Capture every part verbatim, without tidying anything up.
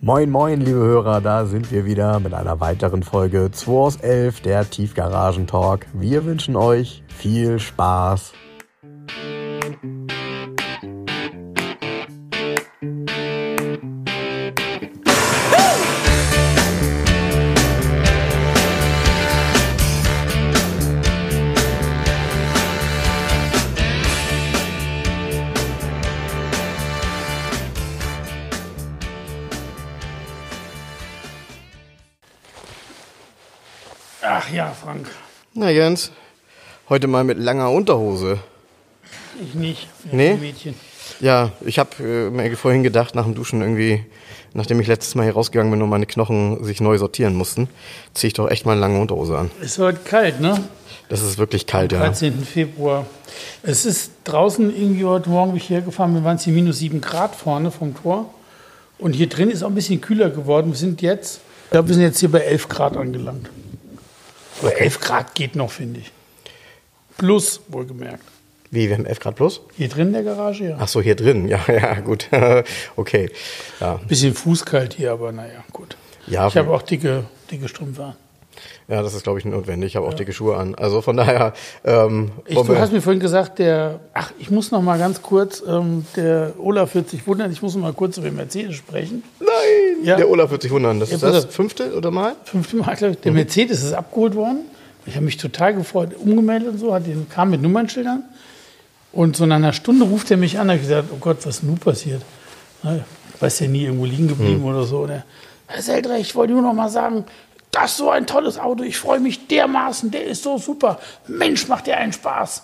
Moin moin liebe Hörer, da sind wir wieder mit einer weiteren Folge zwei aus elf, der Tiefgaragen-Talk. Wir wünschen euch viel Spaß. Ach ja, Frank. Na Jens, heute mal mit langer Unterhose. Ich nicht. Nee? Mädchen. Ja, ich habe äh, mir vorhin gedacht, nach dem Duschen irgendwie, nachdem ich letztes Mal hier rausgegangen bin und meine Knochen sich neu sortieren mussten, ziehe ich doch echt mal eine lange Unterhose an. Ist heute kalt, ne? Das ist wirklich kalt, ja. dreizehnten Februar. Es ist draußen irgendwie heute Morgen, bin ich hergefahren, wir waren es hier minus sieben Grad vorne vom Tor. Und hier drin ist auch ein bisschen kühler geworden. Wir sind jetzt, ich glaube, wir sind jetzt hier bei elf Grad angelangt. Aber elf Grad geht noch, finde ich. Plus, wohlgemerkt. Wie, wir haben elf Grad plus? Hier drin in der Garage, ja. Ach so, hier drin, ja, ja, gut. Okay. Ja. Bisschen fußkalt hier, aber naja, gut. Ja, ich habe auch dicke, dicke Strümpfe an. Ja, das ist, glaube ich, notwendig. Ich habe auch ja. dicke Schuhe an. Also von daher... Ähm, ich, du hast mir vorhin gesagt, der... Ach, ich muss noch mal ganz kurz... Ähm, der Olaf wird sich wundern, ich muss noch mal kurz über den Mercedes sprechen. Nein! Ja. Der Olaf wird sich wundern. Das ja, ist das fünfte oder Mal? Fünfte Mal, glaube ich. Der mhm. Mercedes ist abgeholt worden. Ich habe mich total gefreut. Umgemeldet und so, hat den, kam mit Nummernschildern. Und so nach einer Stunde ruft er mich an. Da habe ich gesagt, oh Gott, was ist nun passiert? Na, weiß ja nie, irgendwo liegen geblieben mhm. oder so. Und er, Herr Seldrecht, ich wollte nur noch mal sagen... Das ist so ein tolles Auto, ich freue mich dermaßen, der ist so super. Mensch, macht der einen Spaß.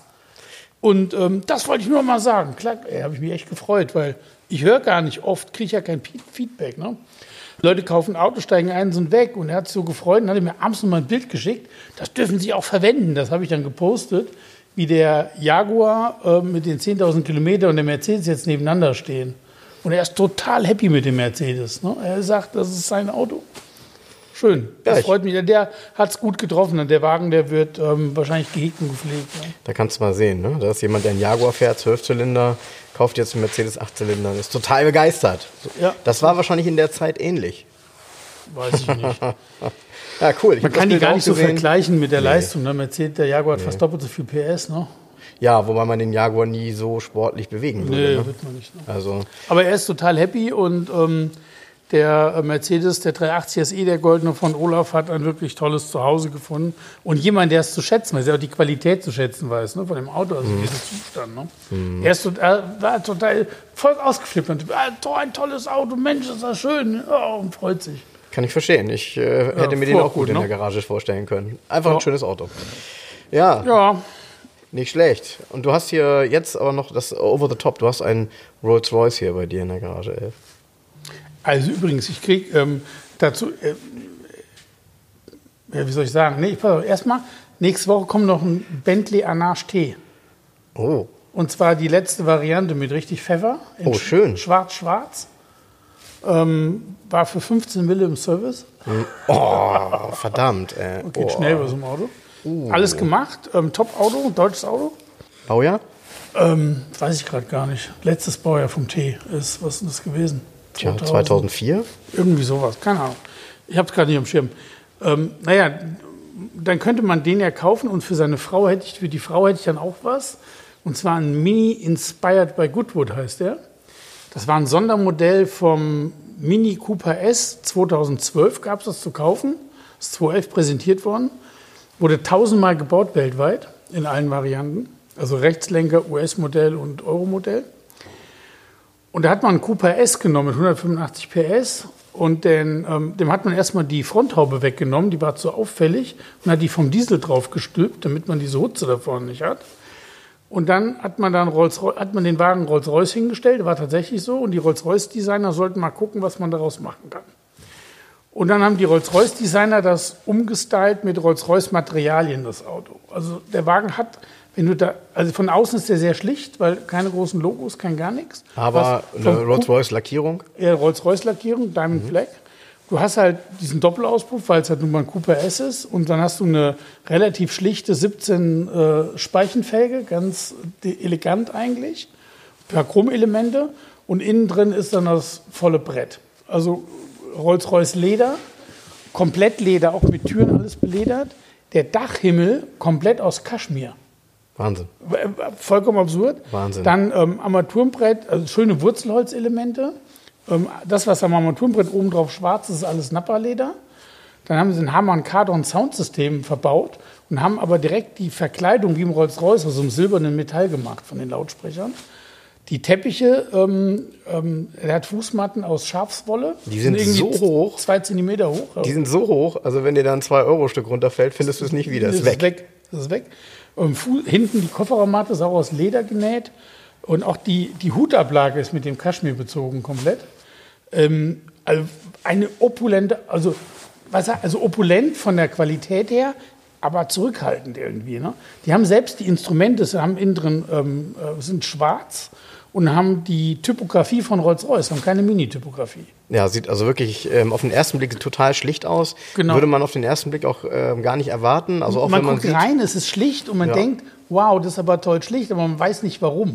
Und ähm, das wollte ich nur mal sagen. Klar, ey, habe ich mich echt gefreut, weil ich höre gar nicht oft, kriege ja kein Feedback. Ne? Leute kaufen ein Auto, steigen ein, sind weg. Und er hat sich so gefreut und hat mir abends noch mal ein Bild geschickt. Das dürfen Sie auch verwenden. Das habe ich dann gepostet, wie der Jaguar äh, mit den zehntausend Kilometern und der Mercedes jetzt nebeneinander stehen. Und er ist total happy mit dem Mercedes. Ne? Er sagt, das ist sein Auto. Schön, das ja, freut mich. Der hat es gut getroffen. Der Wagen, der wird ähm, wahrscheinlich gehegt und gepflegt. Ja. Da kannst du mal sehen, ne? Da ist jemand, der einen Jaguar fährt, Zwölfzylinder, kauft jetzt einen Mercedes Achtzylinder und ist total begeistert. Ja. Das war wahrscheinlich in der Zeit ähnlich. Weiß ich nicht. Ja, cool. Ich Man kann die gar nicht so gesehen. vergleichen mit der nee. Leistung. Der Mercedes, der Jaguar hat nee. fast doppelt so viel P S. Ne? Ja, wobei man den Jaguar nie so sportlich bewegen würde. Nee, ne? wird man nicht. Ne? Also. Aber er ist total happy und... Ähm, Der Mercedes, der dreihundertachtzig S E, der goldene von Olaf, hat ein wirklich tolles Zuhause gefunden. Und jemand, der es zu schätzen weiß, der auch die Qualität zu schätzen weiß, ne, von dem Auto, also mm. diesen Zustand. Ne. Mm. Er, ist total, war total voll ausgeflippt. Und, ah, ein tolles Auto, Mensch, ist das schön. Oh, und freut sich. Kann ich verstehen. Ich äh, hätte ja, mir den auch gut, gut in ne? der Garage vorstellen können. Einfach ja. ein schönes Auto. Ja. Ja. Nicht schlecht. Und du hast hier jetzt aber noch das Over the Top. Du hast einen Rolls-Royce hier bei dir in der Garage elf. Also übrigens, ich kriege ähm, dazu, äh, ja, wie soll ich sagen, nee, pass auf, erstmal, nächste Woche kommt noch ein Bentley Arnage T. Oh. Und zwar die letzte Variante mit richtig Pfeffer. Oh, schön. Schwarz-schwarz. Ähm, war für fünfzehn Mille im Service. Oh, verdammt. Äh. Geht oh. schnell bei so einem Auto. Uh. Alles gemacht, ähm, Top-Auto, deutsches Auto. Baujahr? Ähm, weiß ich gerade gar nicht. Letztes Baujahr vom T ist, was ist das gewesen? Tja, zweitausendvier? Irgendwie sowas, keine Ahnung. Ich habe es gerade nicht am Schirm. Ähm, naja, dann könnte man den ja kaufen und für seine Frau hätte ich, für die Frau hätte ich dann auch was. Und zwar ein Mini Inspired by Goodwood heißt der. Das war ein Sondermodell vom Mini Cooper S. zweitausendzwölf gab es das zu kaufen. Das ist zweitausendelf präsentiert worden. Wurde tausendmal gebaut weltweit in allen Varianten. Also Rechtslenker, U S-Modell und Euro-Modell. Und da hat man einen Cooper S genommen mit hundertfünfundachtzig P S und den, ähm, dem hat man erstmal die Fronthaube weggenommen, die war zu auffällig und hat die vom Diesel drauf gestülpt, damit man diese Hutze da vorne nicht hat. Und dann hat man, dann Rolls, hat man den Wagen Rolls-Royce hingestellt, der war tatsächlich so und die Rolls-Royce-Designer sollten mal gucken, was man daraus machen kann. Und dann haben die Rolls-Royce-Designer das umgestylt mit Rolls-Royce-Materialien, das Auto. Also der Wagen hat... Wenn du da, also von außen ist der sehr schlicht, weil keine großen Logos, kein gar nichts. Aber eine Rolls-Royce-Lackierung? Ja, Rolls-Royce-Lackierung, Diamond mhm. Black. Du hast halt diesen Doppelauspuff, weil es halt nun mal ein Cooper S ist. Und dann hast du eine relativ schlichte siebzehn äh, Speichenfelge, ganz elegant eigentlich. Ein paar Chromelemente. Und innen drin ist dann das volle Brett. Also Rolls-Royce Leder, komplett Leder, auch mit Türen alles beledert. Der Dachhimmel komplett aus Kaschmir. Wahnsinn. Vollkommen absurd. Wahnsinn. Dann ähm, Armaturenbrett, also schöne Wurzelholzelemente. Ähm, das, was am Armaturenbrett oben drauf schwarz ist, ist alles Nappa-Leder. Dann haben sie ein Harman Kardon Soundsystem verbaut und haben aber direkt die Verkleidung wie im Rolls-Royce aus so einem silbernen Metall gemacht von den Lautsprechern. Die Teppiche, ähm, ähm, er hat Fußmatten aus Schafswolle. Die sind so hoch. Zwei Zentimeter hoch. Die sind so hoch, also wenn dir dann ein zwei Euro Stück runterfällt, findest du es nicht wieder. Das ist weg. weg. Das ist weg. Und hinten die Kofferraummatte ist auch aus Leder genäht. Und auch die, die Hutablage ist mit dem Kaschmir bezogen komplett. Ähm, also eine opulente, also, was, also opulent von der Qualität her, aber zurückhaltend irgendwie. Ne? Die haben selbst die Instrumente, sie haben innen drin, ähm, sind schwarz und haben die Typografie von Rolls-Royce, haben keine Mini-Typografie. Ja, sieht also wirklich ähm, auf den ersten Blick total schlicht aus. Genau. Würde man auf den ersten Blick auch ähm, gar nicht erwarten. Also auch man wenn man guckt sieht, rein, es ist schlicht und man Ja. denkt, wow, das ist aber toll schlicht, aber man weiß nicht warum.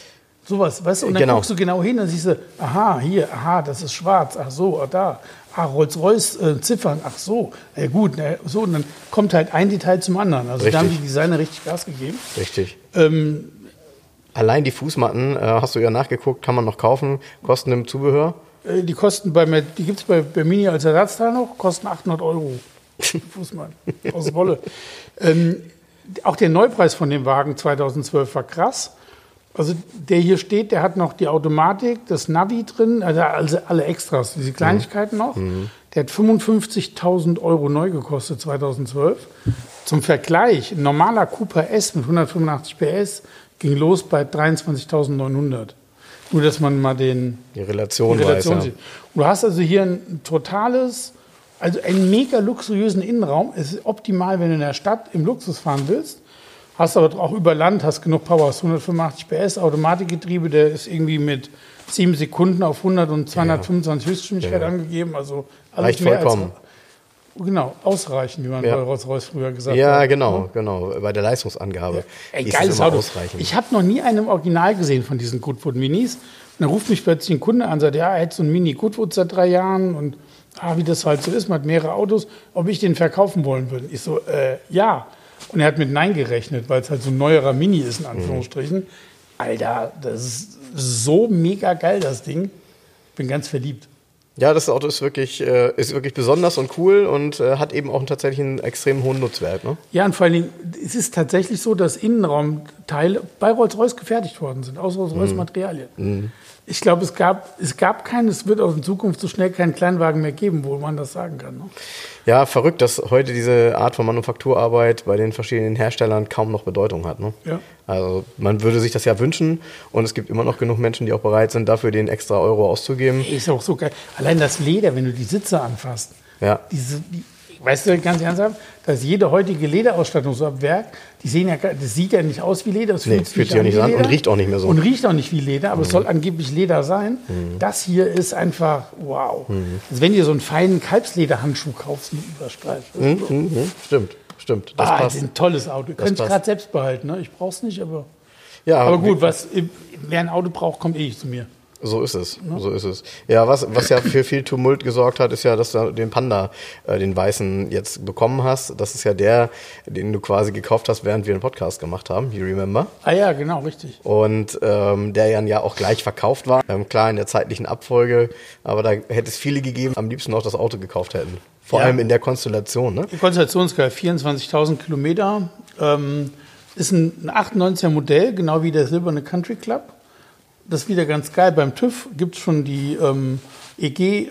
Sowas, weißt du? Und dann Genau. guckst du genau hin und siehst du, aha, hier, aha, das ist schwarz, ach so, ah, da, ah, Rolls-Royce äh, Ziffern, ach so, ja gut, na, so, und dann kommt halt ein Detail zum anderen. Also da haben Richtig. die Designer richtig Gas gegeben. Richtig. Ähm, Allein die Fußmatten, äh, hast du ja nachgeguckt, kann man noch kaufen, kosten im Zubehör. äh, die kosten bei, mir- die gibt es bei, bei Mini als Ersatzteil noch, kosten achthundert Euro. Die Fußmatten aus Wolle. Ähm, auch der Neupreis von dem Wagen zweitausendzwölf war krass. Also der hier steht, der hat noch die Automatik, das Navi drin, also also alle Extras, diese Kleinigkeiten noch. Der hat fünfundfünfzigtausend Euro neu gekostet zweitausendzwölf. Zum Vergleich, ein normaler Cooper S mit hundertfünfundachtzig P S ging los bei dreiundzwanzigtausendneunhundert. Nur, dass man mal den, Die Relation, die Relation weiß, ja. sieht. Und du hast also hier ein totales, also einen mega luxuriösen Innenraum. Es ist optimal, wenn du in der Stadt im Luxus fahren willst. Hast aber auch über Land, hast genug Power, hast hundertfünfundachtzig P S, Automatikgetriebe, der ist irgendwie mit sieben Sekunden auf hundert und zweihundertfünfundzwanzig Höchstgeschwindigkeit Ja. angegeben. Also alles Reicht mehr vollkommen. Als, genau, ausreichend, wie man Ja. bei Rolls-Royce früher gesagt Ja, hat. genau, genau. Bei der Leistungsangabe Ey, ist es geiles immer Auto. ausreichend. Ich habe noch nie einen im Original gesehen von diesen Goodwood Minis. Und dann ruft mich plötzlich ein Kunde an und sagt, ja, er hätte so einen Mini Goodwood seit drei Jahren und ah, wie das halt so ist, man hat mehrere Autos, ob ich den verkaufen wollen würde. Ich so, äh, ja. Und er hat mit Nein gerechnet, weil es halt so ein neuerer Mini ist, in Anführungsstrichen. Alter, das ist so mega geil, das Ding. Bin ganz verliebt. Ja, das Auto ist wirklich, äh, ist wirklich besonders und cool und äh, hat eben auch einen, tatsächlich einen extrem hohen Nutzwert. Ne? Ja, und vor allen Dingen, es ist tatsächlich so, dass Innenraumteile bei Rolls-Royce gefertigt worden sind, aus Rolls-Royce-Materialien. Ich glaube, es gab, es gab keinen, es wird auch in Zukunft so schnell keinen Kleinwagen mehr geben, wo man das sagen kann. Ne? Ja, verrückt, dass heute diese Art von Manufakturarbeit bei den verschiedenen Herstellern kaum noch Bedeutung hat. Ne? Ja. Also man würde sich das ja wünschen und es gibt immer noch genug Menschen, die auch bereit sind, dafür den extra Euro auszugeben. Ist auch so geil. Allein das Leder, wenn du die Sitze anfasst. Ja. Diese, die, weißt du, ganz ernsthaft, dass jede heutige Lederausstattung so ab Werk, die sehen ja, gar- das sieht ja nicht aus wie Leder, es Nee, fühlt fühlt sich sich auch an nicht wie an Leder und riecht auch nicht mehr so. Und riecht auch nicht wie Leder, aber es soll angeblich Leder sein. Das hier ist einfach wow. Also wenn ihr so einen feinen Kalbslederhandschuh kaufst mit Überstreifen. Mhm, mhm, stimmt, stimmt. Das Ah, passt. das ist ein tolles Auto. Ihr könnt es passt. gerade selbst behalten. Ne? Ich brauche es nicht, aber, Ja, aber gut, wie- was, wer ein Auto braucht, kommt eh zu mir. So ist es, so ist es. Ja, was, was ja für viel Tumult gesorgt hat, ist ja, dass du den Panda, äh, den weißen, jetzt bekommen hast. Das ist ja der, den du quasi gekauft hast, während wir einen Podcast gemacht haben, you remember? Ah ja, genau, richtig. Und ähm, der ja auch gleich verkauft war. Ähm, klar, in der zeitlichen Abfolge, aber da hätte es viele gegeben, am liebsten auch das Auto gekauft hätten. Vor Ja. allem in der Konstellation, ne? Die Konstellationsgeil, vierundzwanzigtausend Kilometer. Ähm, ist ein, ein achtundneunziger Modell, genau wie der silberne Country Club. Das ist wieder ganz geil. Beim TÜV gibt es schon die ähm, E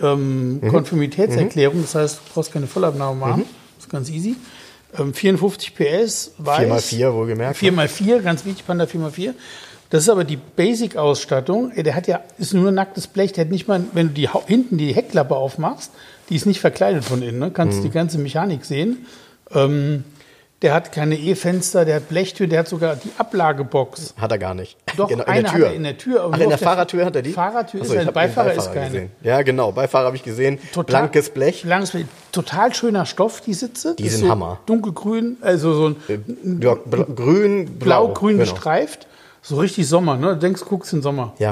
G-Konformitätserklärung. Das heißt, du brauchst keine Vollabnahme machen. Das ist ganz easy. Ähm, vierundfünfzig P S, weiß. vier mal vier wohlgemerkt. vier mal vier, ganz wichtig, Panda vier mal vier. Das ist aber die Basic-Ausstattung. Der hat ja, ist nur nacktes Blech. Der hat nicht mal, wenn du die, Hau- hinten die Heckklappe aufmachst, die ist nicht verkleidet von innen. Ne? Kannst die ganze Mechanik sehen. Ähm, der hat keine E-Fenster, der hat Blechtür, der hat sogar die Ablagebox. Hat er gar nicht. Doch, Genau, eine hat er in der Tür. aber Ach, nur in der auf Fahrertür hat er die? Fahrertür Achso, ist ich eine, hab den Beifahrer ist Beifahrer keine. gesehen. Ja, genau, Beifahrer habe ich gesehen. Blankes Blech. Blankes Blech. Total schöner Stoff, die Sitze. Die Ist sind so Hammer. Dunkelgrün, also so ein Ja, bl grün, blau. blau-grün genau. gestreift. So richtig Sommer, ne? Du denkst, guckst in den Sommer. Ja.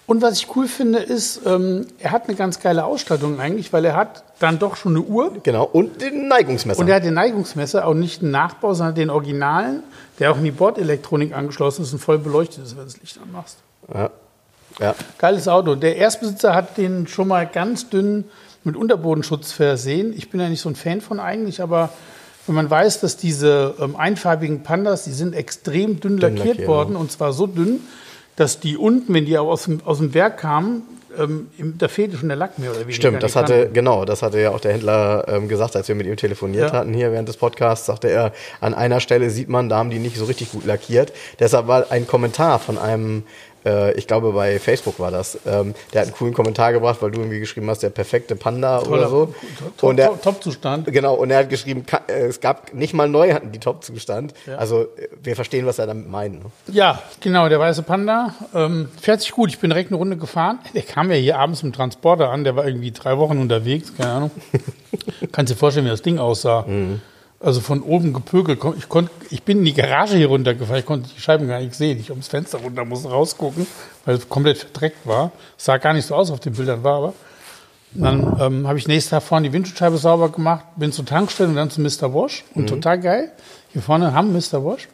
Und was ich cool finde, ist, ähm, er hat eine ganz geile Ausstattung eigentlich, weil er hat dann doch schon eine Uhr. Genau, und den Neigungsmesser. Und er hat den Neigungsmesser, auch nicht einen Nachbau, sondern den Originalen, der auch in die Bordelektronik angeschlossen ist und voll beleuchtet ist, wenn du das Licht anmachst. Ja. Ja. Geiles Auto. Der Erstbesitzer hat den schon mal ganz dünn mit Unterbodenschutz versehen. Ich bin ja nicht so ein Fan von eigentlich, aber wenn man weiß, dass diese ähm, einfarbigen Pandas, die sind extrem dünn, dünn lackiert, lackiert worden, ja. Und zwar so dünn, dass die unten, wenn die aus dem, aus dem Werk kamen, ähm, da fehlte schon der Lack mehr oder weniger. Stimmt, das hatte, genau, das hatte ja auch der Händler ähm, gesagt, als wir mit ihm telefoniert ja. hatten hier während des Podcasts, sagte er, an einer Stelle sieht man, da haben die nicht so richtig gut lackiert. Deshalb war ein Kommentar von einem, äh, ich glaube bei Facebook war das, ähm, der hat einen coolen Kommentar gebracht, weil du irgendwie geschrieben hast, der perfekte Panda Toller, oder so. Top, der, Top-Zustand. Genau, und er hat geschrieben, äh, es gab nicht mal neu hatten die Top-Zustand. Ja. Also wir verstehen, was er damit meint. Ne? Ja, genau, der weiße Panda ähm, fährt sich gut. Ich bin direkt eine Runde gefahren. Der kam ja hier abends im Transporter an, der war irgendwie drei Wochen unterwegs, keine Ahnung. Kannst dir vorstellen, wie das Ding aussah. Mhm. Also von oben gepökelt. Ich, konnt, ich bin in die Garage hier runtergefahren. Ich konnte die Scheiben gar nicht sehen. Ich ums Fenster runter musste rausgucken, weil es komplett verdreckt war. Es sah gar nicht so aus auf den Bildern, war aber. Und dann ähm, habe ich nächsten Tag vorne die Windschutzscheibe sauber gemacht, bin zur Tankstelle und dann zu Mister Wash. Und mhm. total geil. Hier vorne haben Mister Wash.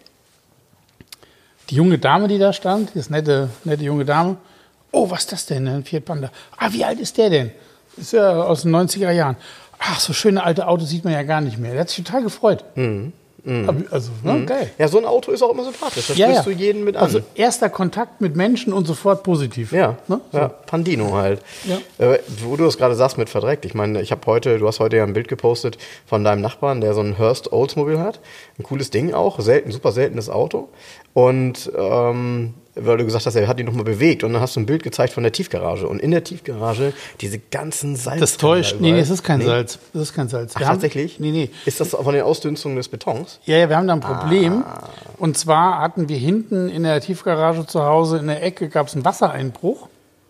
Die junge Dame, die da stand, das nette, nette junge Dame. Oh, was ist das denn? Ein Fiat Panda. Ah, wie alt ist der denn? Ist ja aus den neunziger Jahren. Ach, so schöne alte Autos sieht man ja gar nicht mehr. Der hat sich total gefreut. Mhm. Mhm. Also, ne, mhm. geil. Ja, so ein Auto ist auch immer sympathisch. Das ja, sprichst ja. du jeden mit an. Also erster Kontakt mit Menschen und sofort positiv. Ja, ne? so. ja. Pandino halt. Ja. Äh, wo du es gerade sagst mit verdreckt. Ich meine, ich habe heute, du hast heute ja ein Bild gepostet von deinem Nachbarn, der so ein Hearst Oldsmobile hat. Ein cooles Ding auch, selten, super seltenes Auto. Und ähm, weil du gesagt hast, er hat ihn nochmal bewegt und dann hast du ein Bild gezeigt von der Tiefgarage und in der Tiefgarage diese ganzen Salz. Das täuscht. Nee, nee, es ist kein nee? Salz. Das ist kein Salz. Ach, wir tatsächlich? Haben, nee, nee. Ist das von den Ausdünstungen des Betons? Ja, ja, wir haben da ein Problem. Ah. Und zwar hatten wir hinten in der Tiefgarage zu Hause in der Ecke gab es einen Wassereinbruch.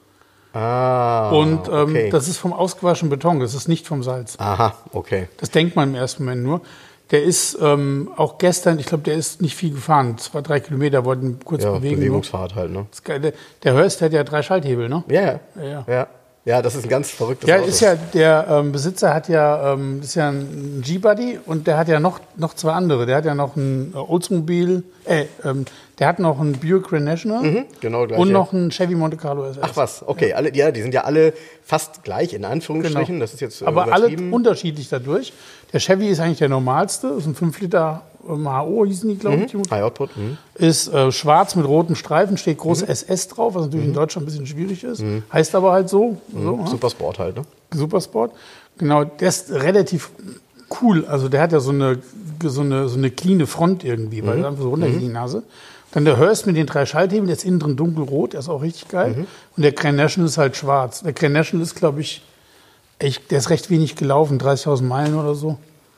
Ah, und ähm, okay. Das ist vom ausgewaschenen Beton, das ist nicht vom Salz. Aha, okay. Das denkt man im ersten Moment nur. Der ist ähm, auch gestern, ich glaube, der ist nicht viel gefahren. Zwei, drei Kilometer, wollten kurz ja, bewegen. Bewegungsfahrt halt, ne? Der, der Hearst hat ja drei Schalthebel, ne? Ja, ja. ja, ja. Ja, das ist ein ganz verrücktes ja, Auto. Ist ja, der ähm, Besitzer hat ja, ähm, ist ja ein G-Buddy und der hat ja noch, noch zwei andere. Der hat ja noch ein Oldsmobile, äh, ähm, der hat noch ein Buick Grand National mhm, genau gleich, und ja. noch ein Chevy Monte Carlo S S. Ach was, okay, ja. Alle, ja, die sind ja alle fast gleich, in Anführungsstrichen. Genau. Das ist jetzt aber alle unterschiedlich dadurch. Der Chevy ist eigentlich der normalste, das ist ein fünf Liter H O, hießen die, glaube mhm. ich. High Output. Mhm. Ist äh, schwarz mit roten Streifen, steht groß mhm. S S drauf, was natürlich mhm. in Deutschland ein bisschen schwierig ist. Mhm. Heißt aber halt so. Mhm. so ja. Supersport halt, ne? Supersport. Genau, der ist relativ cool. Also der hat ja so eine, so eine, so eine cleane Front irgendwie, weil mhm. er einfach so runtergeht in die Nase. Dann der Hearst mit den drei Schalthebeln, der ist innen drin dunkelrot, der ist auch richtig geil. Mhm. Und der Grand National ist halt schwarz. Der Grand National ist, glaube ich, echt, der ist recht wenig gelaufen, dreißigtausend Meilen oder so.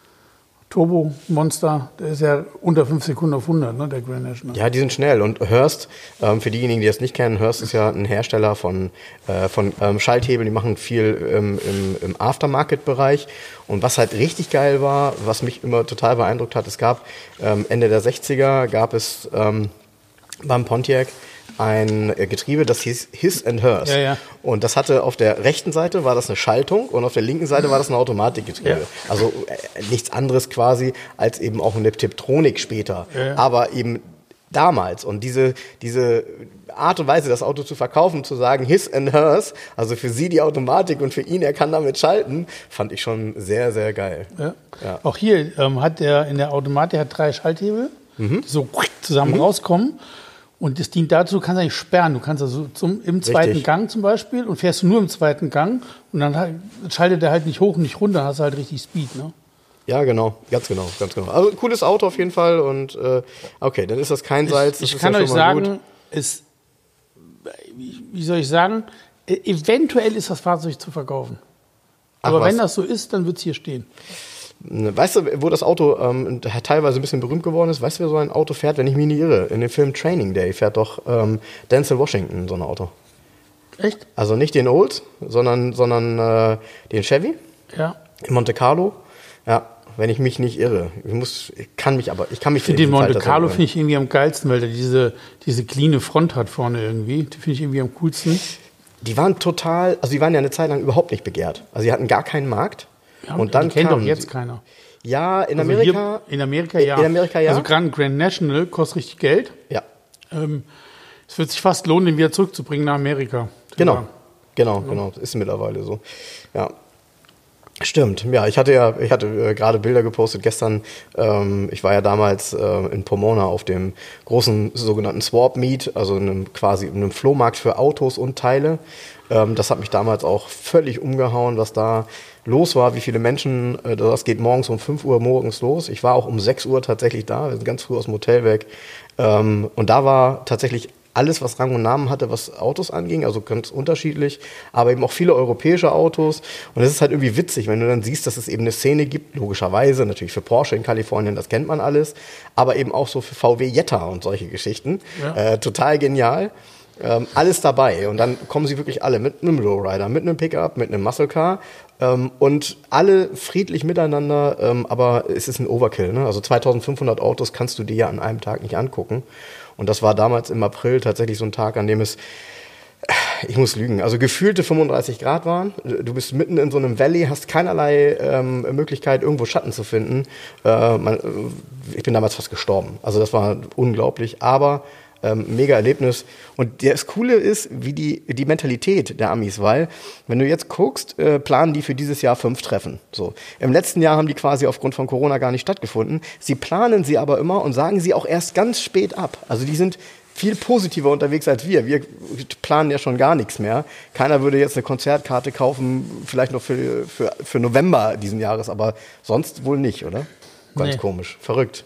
Turbo-Monster, der ist ja unter fünf Sekunden auf hundert, ne, der Grand National. Ja, die sind schnell. Und Hearst, ähm, für diejenigen, die das nicht kennen, Hearst ist ja ein Hersteller von, äh, von ähm, Schalthebeln, die machen viel ähm, im, im Aftermarket-Bereich. Und was halt richtig geil war, was mich immer total beeindruckt hat, es gab ähm, Ende der sechziger gab es ähm, beim Pontiac ein Getriebe, das hieß His and Hers. Ja, ja. Und das hatte auf der rechten Seite war das eine Schaltung und auf der linken Seite war das ein Automatikgetriebe. Ja. Also äh, nichts anderes quasi als eben auch eine Tiptronik später. Ja, ja. Aber eben damals. Und diese, diese Art und Weise, das Auto zu verkaufen, zu sagen His and Hers, also für sie die Automatik und für ihn, er kann damit schalten, fand ich schon sehr, sehr geil. Ja. Ja. Auch hier ähm, hat er in der Automatik hat drei Schalthebel, mhm. die so zusammen mhm. rauskommen. Und das dient dazu, du kannst eigentlich sperren. Du kannst also zum, im zweiten richtig. Gang zum Beispiel und fährst du nur im zweiten Gang und dann halt, schaltet er halt nicht hoch und nicht runter, dann hast du halt richtig Speed, ne? Ja, genau, ganz genau, ganz genau. Also cooles Auto auf jeden Fall und äh, okay, dann ist das kein Salz. Ich, das ich kann ja euch sagen, es, wie soll ich sagen, eventuell ist das Fahrzeug zu verkaufen. Aber Ach, wenn das so ist, dann wird es hier stehen. Weißt du, wo das Auto ähm, teilweise ein bisschen berühmt geworden ist? Weißt du, wer so ein Auto fährt, wenn ich mich nicht irre? In dem Film Training Day fährt doch ähm, Denzel Washington so ein Auto. Echt? Also nicht den Olds, sondern, sondern äh, den Chevy. Ja. In Monte Carlo. Ja, wenn ich mich nicht irre. Ich muss, ich kann mich aber, ich kann mich für den Monte Carlo finde ich irgendwie am geilsten, weil der diese, diese cleane Front hat vorne irgendwie. Die finde ich irgendwie am coolsten. die waren total, also die waren ja eine Zeit lang überhaupt nicht begehrt. Also die hatten gar keinen Markt. Ja, und dann die kennt doch kamen jetzt sie. keiner. Ja, in Also Amerika. hier, in Amerika ja. In Amerika ja. Also gerade ein Grand National kostet richtig Geld. Ja. Ähm, es wird sich fast lohnen, den wieder zurückzubringen nach Amerika. Genau, Ja. genau, genau. Das ist mittlerweile so. Ja. Stimmt, ja, ich hatte ja, ich hatte äh, gerade Bilder gepostet gestern. Ähm, ich war ja damals äh, in Pomona auf dem großen sogenannten Swap Meet, also einem quasi einem Flohmarkt für Autos und Teile. Ähm, das hat mich damals auch völlig umgehauen, was da los war, wie viele Menschen. Äh, das geht morgens um fünf Uhr morgens los. Ich war auch um sechs Uhr tatsächlich da, wir sind ganz früh aus dem Hotel weg. Ähm, und da war tatsächlich alles, was Rang und Namen hatte, was Autos anging, also ganz unterschiedlich, aber eben auch viele europäische Autos. Und es ist halt irgendwie witzig, wenn du dann siehst, dass es eben eine Szene gibt, logischerweise, natürlich für Porsche in Kalifornien, das kennt man alles, aber eben auch so für V W Jetta und solche Geschichten. Ja. Äh, total genial. Ähm, alles dabei. Und dann kommen sie wirklich alle mit einem Lowrider, mit einem Pickup, mit einem Muscle Car. Ähm, und alle friedlich miteinander, ähm, aber es ist ein Overkill. Ne? Also zweitausendfünfhundert Autos kannst du dir ja an einem Tag nicht angucken. Und das war damals im April tatsächlich so ein Tag, an dem es, ich muss lügen, also gefühlte fünfunddreißig Grad waren. Du bist mitten in so einem Valley, hast keinerlei ähm, Möglichkeit, irgendwo Schatten zu finden. Äh, man, ich bin damals fast gestorben. Also das war unglaublich, aber ähm, mega Erlebnis. Und das Coole ist, wie die, die Mentalität der Amis, weil wenn du jetzt guckst, äh, planen die für dieses Jahr fünf Treffen. So. Im letzten Jahr haben die quasi aufgrund von Corona gar nicht stattgefunden. Sie planen sie aber immer und sagen sie auch erst ganz spät ab. Also die sind viel positiver unterwegs als wir. Wir planen ja schon gar nichts mehr. Keiner würde jetzt eine Konzertkarte kaufen, vielleicht noch für, für, für November diesen Jahres, aber sonst wohl nicht, oder? Ganz nee. Komisch, verrückt.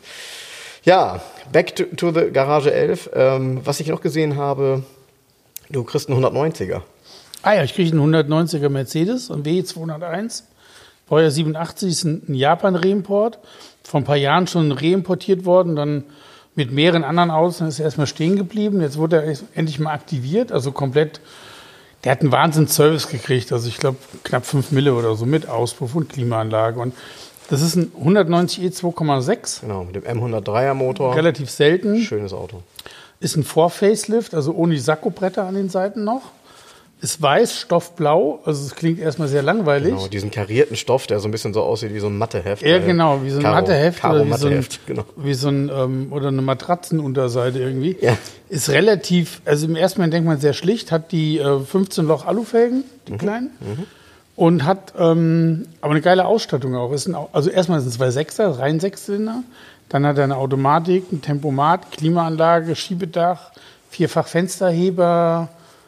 Ja, back to, to the Garage elf. Ähm, was ich noch gesehen habe, du kriegst einen hundertneunziger. Ah ja, ich kriege einen hundertneunziger Mercedes, ein W zweihunderteins. Baujahr siebenundachtzig, ist ein Japan-Reimport. Vor ein paar Jahren schon reimportiert worden, dann mit mehreren anderen Autos, dann ist er erstmal stehen geblieben. Jetzt wurde er endlich mal aktiviert, also komplett. Der hat einen Wahnsinns-Service gekriegt, also ich glaube knapp fünf Mille oder so mit Auspuff und Klimaanlage. Und das ist ein hundertneunzig E zwei Komma sechs. Genau, mit dem M hundertdreier Motor. Relativ selten. Schönes Auto. Ist ein Vor-Facelift, also ohne die Sakkobretter an den Seiten noch. Ist weiß, stoffblau, also es klingt erstmal sehr langweilig. Genau, diesen karierten Stoff, der so ein bisschen so aussieht wie so ein Matheheft. Ja, genau, wie so ein Karo, Matheheft Karo oder wie Matheheft, so ein, genau. wie so ein ähm, oder eine Matratzenunterseite irgendwie. Ja. Ist relativ, also im ersten Moment denkt man sehr schlicht, hat die äh, fünfzehn Loch Alufelgen, die mhm. kleinen. Mhm. Und hat ähm, aber eine geile Ausstattung auch. Ist ein, also erstmal ist es ein zwei Komma sechser, rein Sechszylinder. Dann hat er eine Automatik, ein Tempomat, Klimaanlage, Schiebedach, vierfach Fensterheber,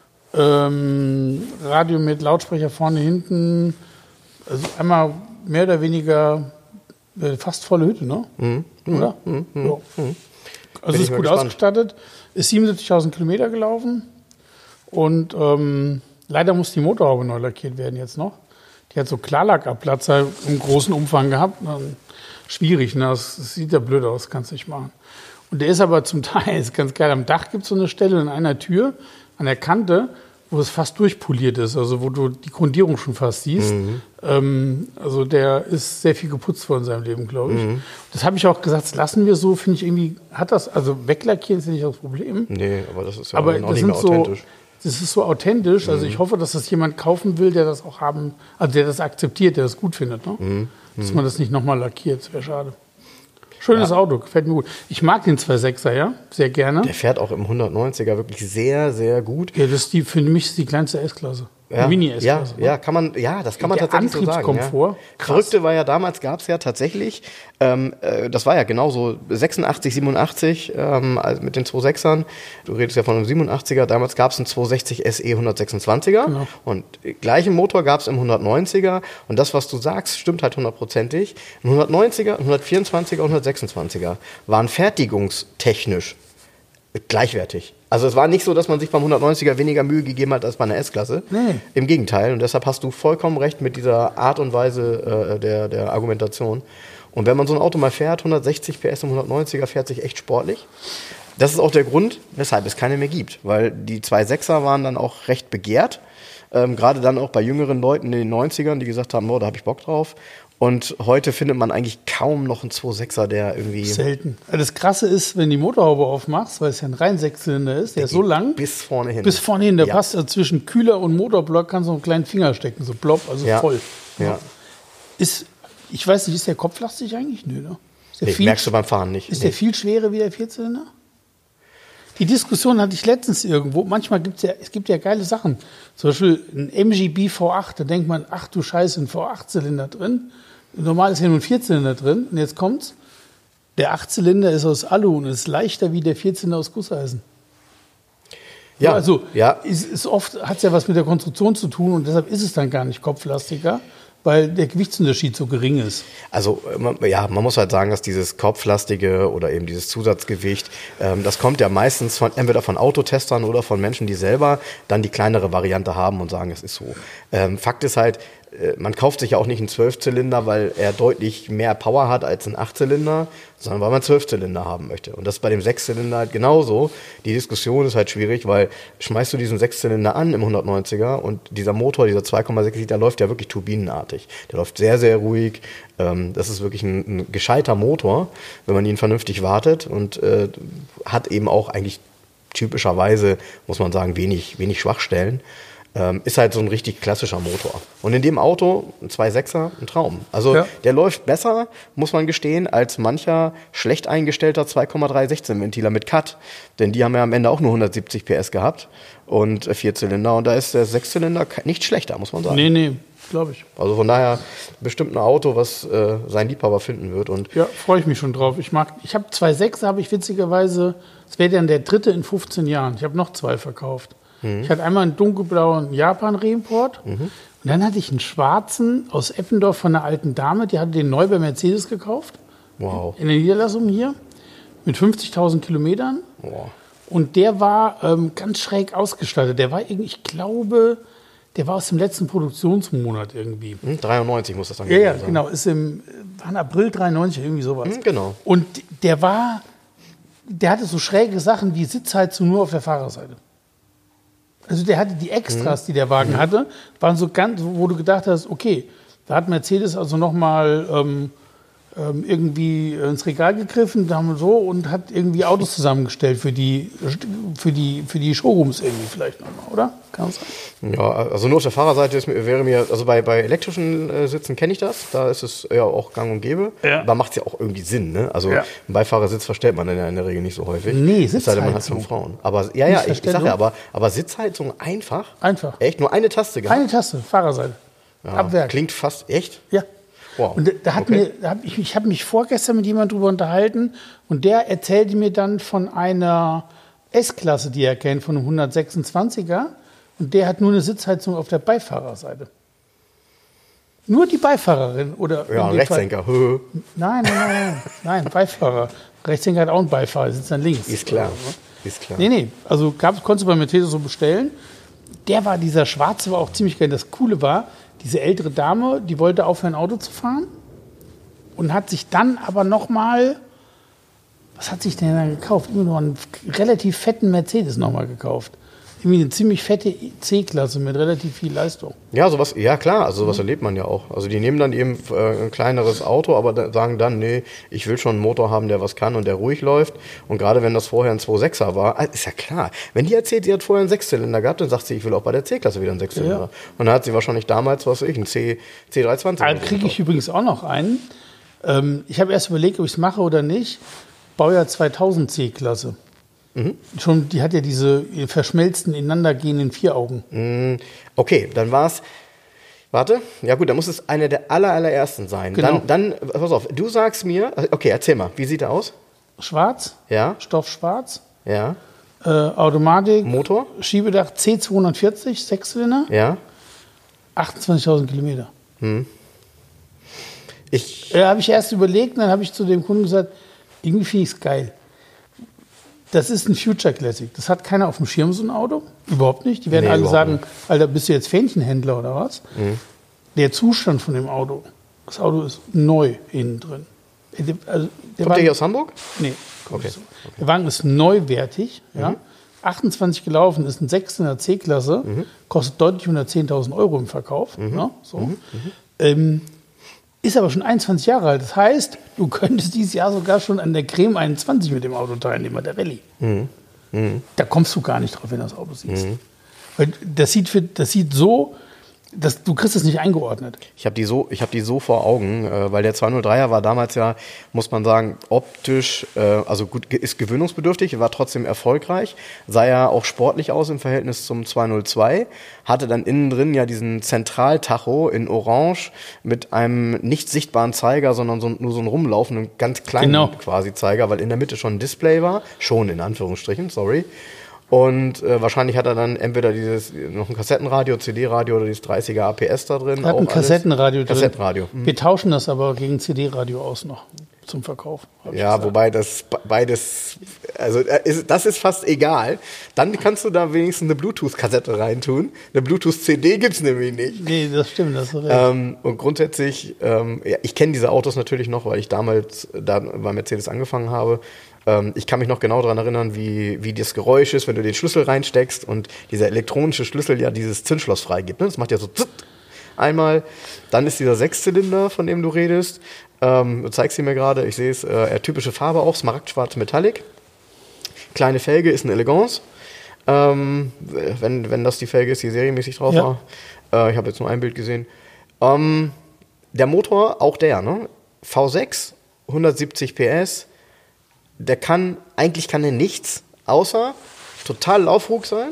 ähm, Radio mit Lautsprecher vorne, hinten. Also einmal mehr oder weniger äh, fast volle Hütte, ne? Mhm. Oder? Mhm. Mhm. Ja. Also ist gut gespannt. Ausgestattet. Ist siebenundsiebzigtausend Kilometer gelaufen. Und ähm, leider muss die Motorhaube neu lackiert werden jetzt noch. Die hat so Klarlackabplatzer im großen Umfang gehabt. Dann schwierig, ne? Das, das sieht ja blöd aus, kannst du nicht machen. Und der ist aber zum Teil, ist ganz geil, am Dach gibt es so eine Stelle in einer Tür, an der Kante, wo es fast durchpoliert ist, also wo du die Grundierung schon fast siehst. Mhm. Ähm, also der ist sehr viel geputzt worden in seinem Leben, glaube ich. Mhm. Das habe ich auch gesagt, das lassen wir so, finde ich irgendwie, hat das, also weglackieren ist ja nicht das Problem. Nee, aber das ist ja aber auch nicht mehr authentisch. So, das ist so authentisch, also ich hoffe, dass das jemand kaufen will, der das auch haben, also der das akzeptiert, der das gut findet, ne? Mhm. Dass man das nicht nochmal lackiert, das wäre schade. Schönes ja. Auto, gefällt mir gut. Ich mag den zwei Komma sechser, ja, sehr gerne. Der fährt auch im hundertneunziger wirklich sehr, sehr gut. Ja, das ist die, für mich ist die kleinste S-Klasse. Ja, Mini-S-Klasse. Ja, ne? ja, kann man, ja, das kann man der tatsächlich so sagen. Antriebskomfort. Ja. Verrückte war ja, damals gab es ja tatsächlich, ähm, äh, das war ja genauso sechsundachtzig, siebenundachtzig ähm, also mit den zwei Komma sechsern. Du redest ja von einem siebenundachtziger. Damals gab es einen zwei Komma sechzig S E hundertsechsundzwanziger. Genau. Und gleichen Motor gab es im hundertneunziger. Und das, was du sagst, stimmt halt hundertprozentig. Ein hundertneunziger, ein hundertvierundzwanziger und ein hundertsechsundzwanziger waren fertigungstechnisch gleichwertig. Also es war nicht so, dass man sich beim hundertneunziger weniger Mühe gegeben hat als bei einer S-Klasse. Nee. Im Gegenteil. Und deshalb hast du vollkommen recht mit dieser Art und Weise äh, der, der Argumentation. Und wenn man so ein Auto mal fährt, hundertsechzig P S im hundertneunziger, fährt sich echt sportlich. Das ist auch der Grund, weshalb es keine mehr gibt. Weil die zwei Komma sechser waren dann auch recht begehrt. Ähm, gerade dann auch bei jüngeren Leuten in den neunzigern, die gesagt haben, oh, da habe ich Bock drauf. Und heute findet man eigentlich kaum noch einen zwei Komma sechser, der irgendwie... Selten. Das Krasse ist, wenn du die Motorhaube aufmachst, weil es ja ein rein Sechszylinder ist, der, der ist so lang. Bis vorne hin. Bis vorne hin. Der ja. passt also zwischen Kühler und Motorblock, kannst du einen kleinen Finger stecken, so plopp, also ja. voll. Ja. Ist, ich weiß nicht, ist der kopflastig eigentlich? Nö, ne? Ist der nee, viel, merkst du beim Fahren nicht. Ist nee. der viel schwerer wie der Vierzylinder? Die Diskussion hatte ich letztens irgendwo. Manchmal gibt es ja, es gibt ja geile Sachen. Zum Beispiel ein M G B V acht, da denkt man, ach du Scheiße, ein V acht-Zylinder drin. Normal ist ja nur ein Vierzylinder drin. Und jetzt kommt's. Der Achtzylinder ist aus Alu und ist leichter wie der Vierzylinder aus Gusseisen. Ja, ja also ja. Ist, ist oft hat es ja was mit der Konstruktion zu tun und deshalb ist es dann gar nicht kopflastiger, weil der Gewichtsunterschied so gering ist. Also ja, man muss halt sagen, dass dieses kopflastige oder eben dieses Zusatzgewicht, ähm, das kommt ja meistens von entweder von Autotestern oder von Menschen, die selber dann die kleinere Variante haben und sagen, es ist so. Ähm, Fakt ist halt, man kauft sich ja auch nicht einen Zwölfzylinder, weil er deutlich mehr Power hat als ein Achtzylinder, sondern weil man einen Zwölfzylinder haben möchte. Und das ist bei dem Sechszylinder halt genauso. Die Diskussion ist halt schwierig, weil schmeißt du diesen Sechszylinder an im hundertneunziger und dieser Motor, dieser zwei Komma sechs Liter, läuft ja wirklich turbinenartig. Der läuft sehr, sehr ruhig. Das ist wirklich ein, ein gescheiter Motor, wenn man ihn vernünftig wartet und äh, hat eben auch eigentlich typischerweise, muss man sagen, wenig, wenig Schwachstellen. Ähm, ist halt so ein richtig klassischer Motor. Und in dem Auto, ein zwei Komma sechser, ein Traum. Also ja. Der läuft besser, muss man gestehen, als mancher schlecht eingestellter zwei Komma drei Sechzehnventiler mit Cut. Denn die haben ja am Ende auch nur hundertsiebzig P S gehabt und Vierzylinder. Und da ist der Sechszylinder nicht schlechter, muss man sagen. Nee, nee, glaube ich. Also von daher bestimmt ein Auto, was äh, sein Liebhaber finden wird. Und ja, freue ich mich schon drauf. Ich mag, ich habe zwei Komma sechser, habe ich witzigerweise, das wäre dann der dritte in fünfzehn Jahren. Ich habe noch zwei verkauft. Ich hatte einmal einen dunkelblauen Japan-Reimport mhm. und dann hatte ich einen schwarzen aus Eppendorf von einer alten Dame, die hatte den neu bei Mercedes gekauft. Wow. In der Niederlassung hier mit fünfzigtausend Kilometern. Wow. Und der war ähm, ganz schräg ausgestattet. Der war irgendwie, ich glaube, der war aus dem letzten Produktionsmonat irgendwie. Hm, dreiundneunzig muss das dann ja, gewesen ja, sein. Ja, genau. Ist im war im April dreiundneunzig, irgendwie sowas. Hm, genau. Und der war, der hatte so schräge Sachen wie Sitzheizung nur auf der Fahrerseite. Also der hatte die Extras, die der Wagen hatte, waren so ganz, wo du gedacht hast, okay, da hat Mercedes also nochmal ähm, ähm, irgendwie ins Regal gegriffen, da haben wir so und hat irgendwie Autos zusammengestellt für die, für die, für die Showrooms irgendwie vielleicht nochmal, oder? Kann das sein? Ja, also nur auf der Fahrerseite ist, wäre mir, also bei, bei elektrischen äh, Sitzen kenne ich das, da ist es ja auch gang und gäbe. Ja. Da macht es ja auch irgendwie Sinn, ne? Also ja. Einen Beifahrersitz verstellt man in der Regel nicht so häufig. Nee, Sitzheizung. Man hat schon Frauen. Aber ja, ja, ich, ich sage ja, aber, aber Sitzheizung einfach? Einfach. Echt? Nur eine Taste gehabt? Eine Taste, Fahrerseite. Ja, Abwerk. Klingt fast, echt? Ja. Wow. Und da hat okay. mir, da hab ich, ich habe mich vorgestern mit jemandem drüber unterhalten und der erzählte mir dann von einer S-Klasse, die er kennt, von einem hundertsechsundzwanziger und der hat nur eine Sitzheizung auf der Beifahrerseite. Nur die Beifahrerin oder ja, ein Rechtslenker. Nein, nein, nein, nein, nein, Beifahrer. Rechtslenker hat auch einen Beifahrer, der sitzt dann links. Ist klar. Also, Ist klar. Nee, nee, also gab, konntest du bei Mercedes so bestellen. Der war, dieser Schwarze war auch ziemlich geil. Das Coole war, diese ältere Dame, die wollte aufhören, Auto zu fahren und hat sich dann aber nochmal, was hat sich denn da gekauft? Immer noch einen relativ fetten Mercedes nochmal gekauft. Irgendwie eine ziemlich fette C-Klasse mit relativ viel Leistung. Ja, sowas, ja klar, also sowas mhm. erlebt man ja auch. Also die nehmen dann eben äh, ein kleineres Auto, aber da, sagen dann, nee, ich will schon einen Motor haben, der was kann und der ruhig läuft. Und gerade wenn das vorher ein zwei Komma sechser war, ist ja klar. Wenn die erzählt, sie hat vorher einen Sechszylinder gehabt, dann sagt sie, ich will auch bei der C-Klasse wieder einen Sechszylinder. Ja. Und dann hat sie wahrscheinlich damals, was weiß ich, einen C, C dreihundertzwanzig. Da kriege ich übrigens auch noch einen. Ähm, ich habe erst überlegt, ob ich es mache oder nicht. Baujahr zweitausend C-Klasse. Mhm. Schon, die hat ja diese verschmelzten, ineinandergehenden vier Augen. Mhm. Okay, dann war es, warte, ja gut, dann muss es einer der aller, allerersten sein. Genau. Dann, dann, pass auf, du sagst mir, okay, erzähl mal, wie sieht er aus? Schwarz, ja. Stoff schwarz, ja. äh, Automatik, Motor, Schiebedach C zweihundertvierzig, Sechszylinder, ja. achtundzwanzigtausend Kilometer. Hm. Ich. Da habe ich erst überlegt, und dann habe ich zu dem Kunden gesagt, irgendwie finde ich es geil. Das ist ein Future Classic. Das hat keiner auf dem Schirm, so ein Auto. Überhaupt nicht. Die werden nee, alle sagen, nicht. Alter, bist du jetzt Fähnchenhändler oder was? Mhm. Der Zustand von dem Auto, das Auto ist neu innen drin. Also, der Kommt der hier aus Hamburg? Nee. Okay. So. Der Wagen ist neuwertig. Ja? Mhm. achtundzwanzig gelaufen, ist ein Sechszylinder C-Klasse, Mhm. kostet deutlich unter zehntausend Euro im Verkauf. Mhm. Ne? So. Mhm. Ähm, ist aber schon einundzwanzig Jahre alt. Das heißt, du könntest dieses Jahr sogar schon an der Creme einundzwanzig mit dem Auto teilnehmen, der Rallye. Mhm. Mhm. Da kommst du gar nicht drauf, wenn du das Auto siehst. Mhm. Weil das sieht, für, das sieht so, dass, du kriegst es nicht eingeordnet. Ich habe die so, ich habe die so vor Augen, äh, weil der zweihundertdreier war damals ja, muss man sagen, optisch, äh, also gut, ge- ist gewöhnungsbedürftig, war trotzdem erfolgreich, sah ja auch sportlich aus im Verhältnis zum zweihundertzwei, hatte dann innen drin ja diesen Zentraltacho in Orange mit einem nicht sichtbaren Zeiger, sondern so, nur so einen rumlaufenden, ganz kleinen Genau. quasi Zeiger, weil in der Mitte schon ein Display war, schon in Anführungsstrichen, sorry. Und äh, wahrscheinlich hat er dann entweder dieses noch ein Kassettenradio, C D-Radio oder dieses dreißiger A P S da drin. Er hat auch ein alles. Kassettenradio drin. Kassettenradio. Mhm. Wir tauschen das aber gegen C D-Radio aus noch zum Verkauf. hab ich Ja, gesagt. wobei das be- beides, also äh, ist, das ist fast egal. Dann kannst du da wenigstens eine Bluetooth-Kassette reintun. Eine Bluetooth-C D gibt's nämlich nicht. Nee, das stimmt, das ist recht. Ähm, und grundsätzlich, ähm, ja, ich kenne diese Autos natürlich noch, weil ich damals da bei Mercedes angefangen habe. Ähm, ich kann mich noch genau daran erinnern, wie, wie das Geräusch ist, wenn du den Schlüssel reinsteckst und dieser elektronische Schlüssel ja dieses Zündschloss freigibt. Ne? Das macht ja so zitt einmal. Dann ist dieser Sechszylinder, von dem du redest. Ähm, du zeigst ihn mir gerade, ich sehe es, äh, typische Farbe auch, smaragdschwarz Metallic. Kleine Felge ist eine Elegance. Ähm, wenn, wenn das die Felge ist, die serienmäßig drauf Ja. war. Äh, ich habe jetzt nur ein Bild gesehen. Ähm, der Motor, auch der, ne? V sechs, hundertsiebzig P S. Der kann, eigentlich kann er nichts, außer total laufruhig sein.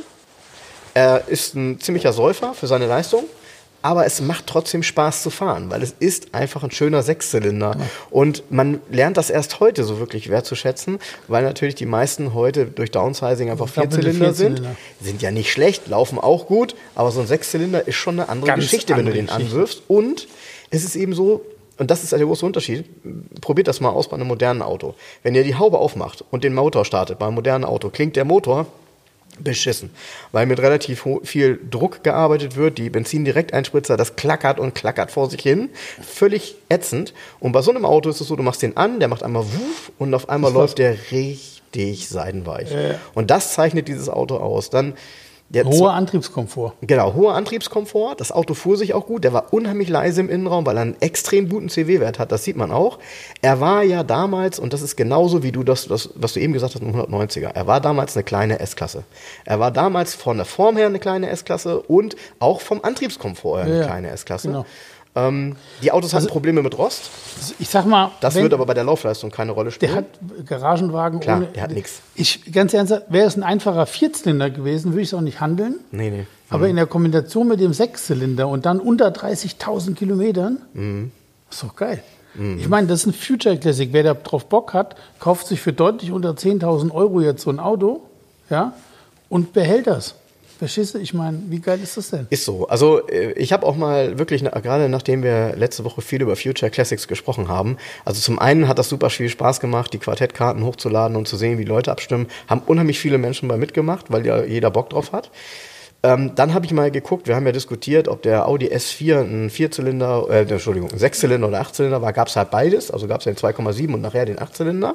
Er ist ein ziemlicher Säufer für seine Leistung, aber es macht trotzdem Spaß zu fahren, weil es ist einfach ein schöner Sechszylinder. Ja. Und man lernt das erst heute so wirklich wertzuschätzen, weil natürlich die meisten heute durch Downsizing einfach Vierzylinder sind. Sind ja nicht schlecht, laufen auch gut, aber so ein Sechszylinder ist schon eine andere Ganz Geschichte, andere wenn du den Geschichte. anwirfst. Und es ist eben so, und das ist der große Unterschied, probiert das mal aus bei einem modernen Auto. Wenn ihr die Haube aufmacht und den Motor startet bei einem modernen Auto, klingt der Motor beschissen, weil mit relativ viel Druck gearbeitet wird, die Benzindirekteinspritzer, das klackert und klackert vor sich hin, völlig ätzend. Und bei so einem Auto ist es so, du machst den an, der macht einmal wuff und auf einmal läuft der richtig seidenweich. Äh. Und das zeichnet dieses Auto aus. Dann Der hoher Antriebskomfort. Genau, hoher Antriebskomfort. Das Auto fuhr sich auch gut. Der war unheimlich leise im Innenraum, weil er einen extrem guten C W-Wert hat. Das sieht man auch. Er war ja damals, und das ist genauso wie du das, das was du eben gesagt hast, ein hundertneunziger. Er war damals eine kleine S-Klasse. Er war damals von der Form her eine kleine S-Klasse und auch vom Antriebskomfort her eine ja, kleine S-Klasse. Genau. Ähm, die Autos hatten also, Probleme mit Rost. Ich sag mal, das wird aber bei der Laufleistung keine Rolle spielen. Der hat Garagenwagen Klar, ohne. Der hat nichts. Ich ganz ernsthaft, wäre es ein einfacher Vierzylinder gewesen, würde ich es auch nicht handeln. Nee, nee. Aber mhm. in der Kombination mit dem Sechszylinder und dann unter dreißigtausend Kilometern, mhm. ist doch geil. Mhm. Ich meine, das ist ein Future Classic. Wer da drauf Bock hat, kauft sich für deutlich unter zehntausend Euro jetzt so ein Auto, ja, und behält das. Verstehst du? Ich meine, wie geil ist das denn? Ist so. Also ich habe auch mal wirklich, gerade nachdem wir letzte Woche viel über Future Classics gesprochen haben, also zum einen hat das super viel Spaß gemacht, die Quartettkarten hochzuladen und zu sehen, wie Leute abstimmen. Haben unheimlich viele Menschen bei mitgemacht, weil ja jeder Bock drauf hat. Ähm, dann habe ich mal geguckt, wir haben ja diskutiert, ob der Audi S vier ein Vierzylinder, äh, Entschuldigung, ein Sechszylinder oder Achtzylinder war. Gab es halt beides, also gab es den zwei Komma sieben und nachher den Achtzylinder.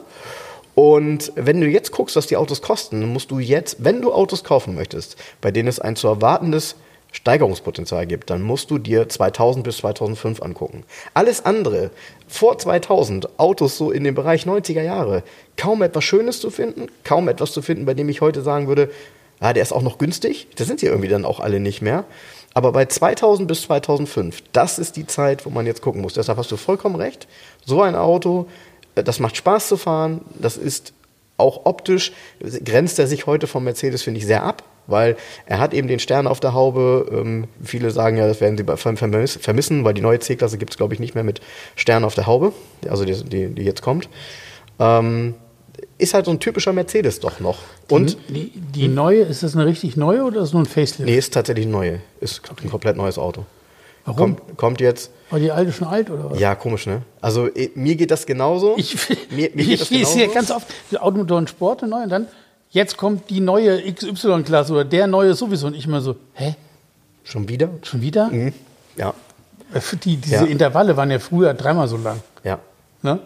Und wenn du jetzt guckst, was die Autos kosten, dann musst du jetzt, wenn du Autos kaufen möchtest, bei denen es ein zu erwartendes Steigerungspotenzial gibt, dann musst du dir zweitausend bis zweitausendfünf angucken. Alles andere, vor zweitausend, Autos so in dem Bereich neunziger Jahre, kaum etwas Schönes zu finden, kaum etwas zu finden, bei dem ich heute sagen würde, ah, der ist auch noch günstig, da sind sie irgendwie dann auch alle nicht mehr. Aber bei zweitausend bis zweitausendfünf, das ist die Zeit, wo man jetzt gucken muss. Deshalb hast du vollkommen recht, so ein Auto, das macht Spaß zu fahren, das ist auch optisch, grenzt er sich heute vom Mercedes, finde ich, sehr ab, weil er hat eben den Stern auf der Haube. Ähm, viele sagen ja, das werden sie vermissen, weil die neue C-Klasse gibt es, glaube ich, nicht mehr mit Stern auf der Haube, also die, die, die jetzt kommt. Ähm, ist halt so ein typischer Mercedes doch noch. Und die, die, die neue, ist das eine richtig neue oder ist das nur ein Facelift? Nee, ist tatsächlich eine neue, ist ein komplett neues Auto. Warum? Kommt, kommt jetzt. War die alte schon alt oder was? Ja, komisch, ne? Also eh, mir geht das genauso. Ich, mir, mir geht das ich genauso. sehe ganz oft Automotor und Sport neu und dann, jetzt kommt die neue X Y-Klasse oder der neue sowieso. Und ich immer so, hä? Schon wieder? Schon wieder? Mhm. Ja. Die, diese ja. Intervalle waren ja früher dreimal so lang. Ja. Ne? Ja.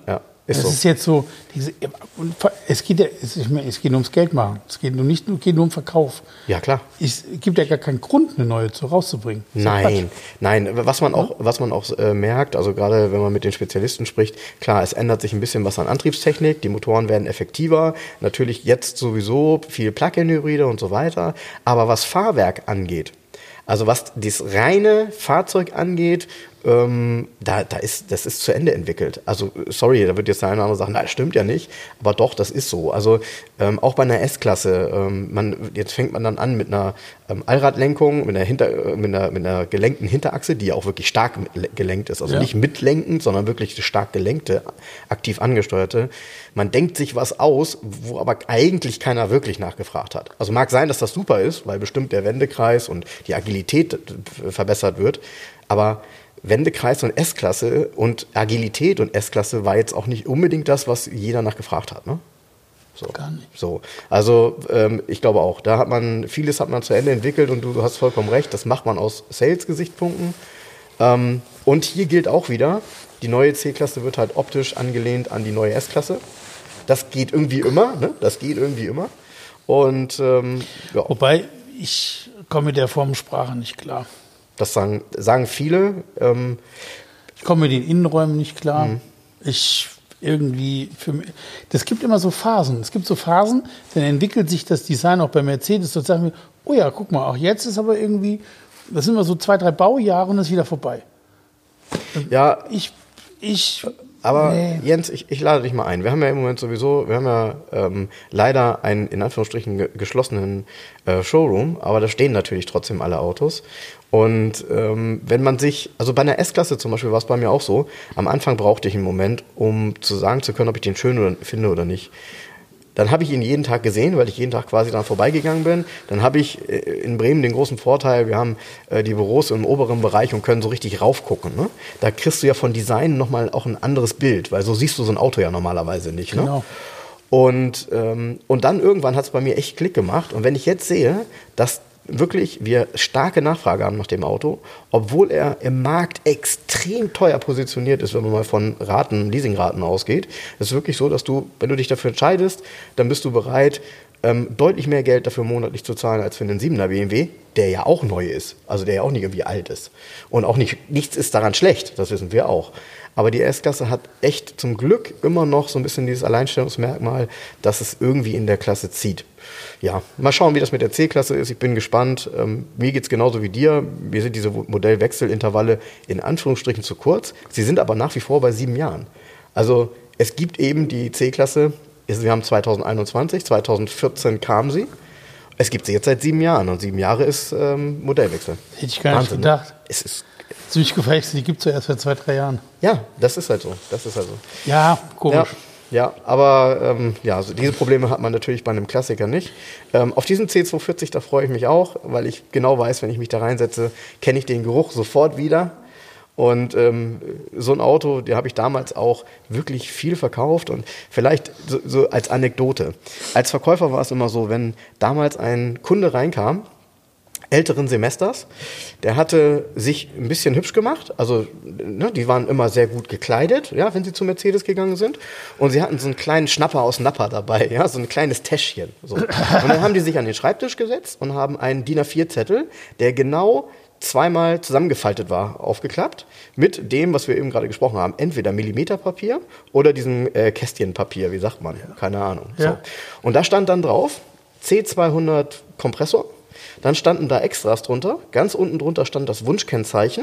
Ist das so. ist jetzt so, diese, es geht ja, es, ich meine, es geht nur ums Geld machen. Es geht nur nicht nur, geht nur um Verkauf. Ja, klar. Es gibt ja gar keinen Grund, eine neue zu rauszubringen. Nein, nein. Was man auch, was man auch äh, merkt, also gerade wenn man mit den Spezialisten spricht, klar, es ändert sich ein bisschen was an Antriebstechnik. Die Motoren werden effektiver. Natürlich jetzt sowieso viel Plug-in-Hybride und so weiter. Aber was Fahrwerk angeht, also was das reine Fahrzeug angeht, ähm, da, da ist, das ist zu Ende entwickelt. Also sorry, da wird jetzt der eine oder andere sagen, na, das stimmt ja nicht, aber doch, das ist so. Also ähm, auch bei einer S-Klasse, ähm, man, jetzt fängt man dann an mit einer ähm, Allradlenkung, mit einer, Hinter, mit, einer, mit einer gelenkten Hinterachse, die ja auch wirklich stark gelenkt ist. Also ja. nicht mitlenkend, sondern wirklich stark gelenkte, aktiv angesteuerte. Man denkt sich was aus, wo aber eigentlich keiner wirklich nachgefragt hat. Also mag sein, dass das super ist, weil bestimmt der Wendekreis und die Agilität verbessert wird, aber Wendekreis und S-Klasse und Agilität und S-Klasse war jetzt auch nicht unbedingt das, was jeder nachgefragt hat, ne? So. Gar nicht. So. Also ähm, ich glaube auch, da hat man, vieles hat man zu Ende entwickelt und du, du hast vollkommen recht, das macht man aus Sales-Gesichtspunkten. Ähm, und hier gilt auch wieder, die neue C-Klasse wird halt optisch angelehnt an die neue S-Klasse. Das geht irgendwie immer, ne? Das geht irgendwie immer. Und ähm, ja. Wobei, ich komme mit der Formensprache nicht klar. Das sagen, sagen viele. Ähm, ich komme mit den Innenräumen nicht klar. Mhm. Ich irgendwie, für mich, das gibt immer so Phasen. Es gibt so Phasen, dann entwickelt sich das Design auch bei Mercedes. Und sagen wir, oh ja, guck mal, auch jetzt ist aber irgendwie, das sind immer so zwei, drei Baujahre und das ist wieder vorbei. Ja. Ich, ich. Aber nee. Jens, ich, ich lade dich mal ein. Wir haben ja im Moment sowieso, wir haben ja ähm, leider einen in Anführungsstrichen ge- geschlossenen äh, Showroom, aber da stehen natürlich trotzdem alle Autos. Und ähm, wenn man sich, also bei einer S-Klasse zum Beispiel war es bei mir auch so, am Anfang brauchte ich einen Moment, um zu sagen zu können, ob ich den schön oder, finde oder nicht. Dann habe ich ihn jeden Tag gesehen, weil ich jeden Tag quasi dran vorbeigegangen bin. Dann habe ich in Bremen den großen Vorteil, wir haben äh, die Büros im oberen Bereich und können so richtig raufgucken. Ne? Da kriegst du ja von Design nochmal auch ein anderes Bild, weil so siehst du so ein Auto ja normalerweise nicht. Ne? Genau. Und, ähm, und dann irgendwann hat es bei mir echt Klick gemacht. Und wenn ich jetzt sehe, dass wirklich wir starke Nachfrage haben nach dem Auto, obwohl er im Markt extrem teuer positioniert ist, wenn man mal von Raten, Leasingraten ausgeht. Es ist wirklich so, dass du, wenn du dich dafür entscheidest, dann bist du bereit, ähm, deutlich mehr Geld dafür monatlich zu zahlen als für einen siebener B M W, der ja auch neu ist, also der ja auch nicht irgendwie alt ist. Und auch nicht, nichts ist daran schlecht, das wissen wir auch. Aber die S-Klasse hat echt zum Glück immer noch so ein bisschen dieses Alleinstellungsmerkmal, dass es irgendwie in der Klasse zieht. Ja, mal schauen, wie das mit der C-Klasse ist. Ich bin gespannt. Ähm, mir geht's genauso wie dir. Mir sind diese Modellwechselintervalle in Anführungsstrichen zu kurz. Sie sind aber nach wie vor bei sieben Jahren. Also es gibt eben die C-Klasse, wir haben zwanzig einundzwanzig, zwanzig vierzehn kam sie. Es gibt sie jetzt seit sieben Jahren und sieben Jahre ist ähm, Modellwechsel. Hätte ich gar nicht Wahnsinn, gedacht. Ne? Es ist Süßgefecht, die gibt es ja erst seit zwei, drei Jahren. Ja, das ist halt so. Das ist halt so. Ja, komisch. Ja. Ja, aber ähm, ja, also diese Probleme hat man natürlich bei einem Klassiker nicht. Ähm, auf diesen C zweihundertvierzig, da freue ich mich auch, weil ich genau weiß, wenn ich mich da reinsetze, kenne ich den Geruch sofort wieder. Und ähm, so ein Auto, den habe ich damals auch wirklich viel verkauft. Und vielleicht so, so als Anekdote. Als Verkäufer war es immer so, wenn damals ein Kunde reinkam, älteren Semesters, der hatte sich ein bisschen hübsch gemacht, also ne, die waren immer sehr gut gekleidet, ja, wenn sie zu Mercedes gegangen sind, und sie hatten so einen kleinen Schnapper aus Nappa dabei, ja, so ein kleines Täschchen. So. Und dann haben die sich an den Schreibtisch gesetzt und haben einen D I N A vier Zettel, der genau zweimal zusammengefaltet war, aufgeklappt, mit dem, was wir eben gerade gesprochen haben, entweder Millimeterpapier oder diesem äh, Kästchenpapier, wie sagt man, keine Ahnung. Ja. So. Und da stand dann drauf, C zweihundert Kompressor. Dann standen da Extras drunter. Ganz unten drunter stand das Wunschkennzeichen.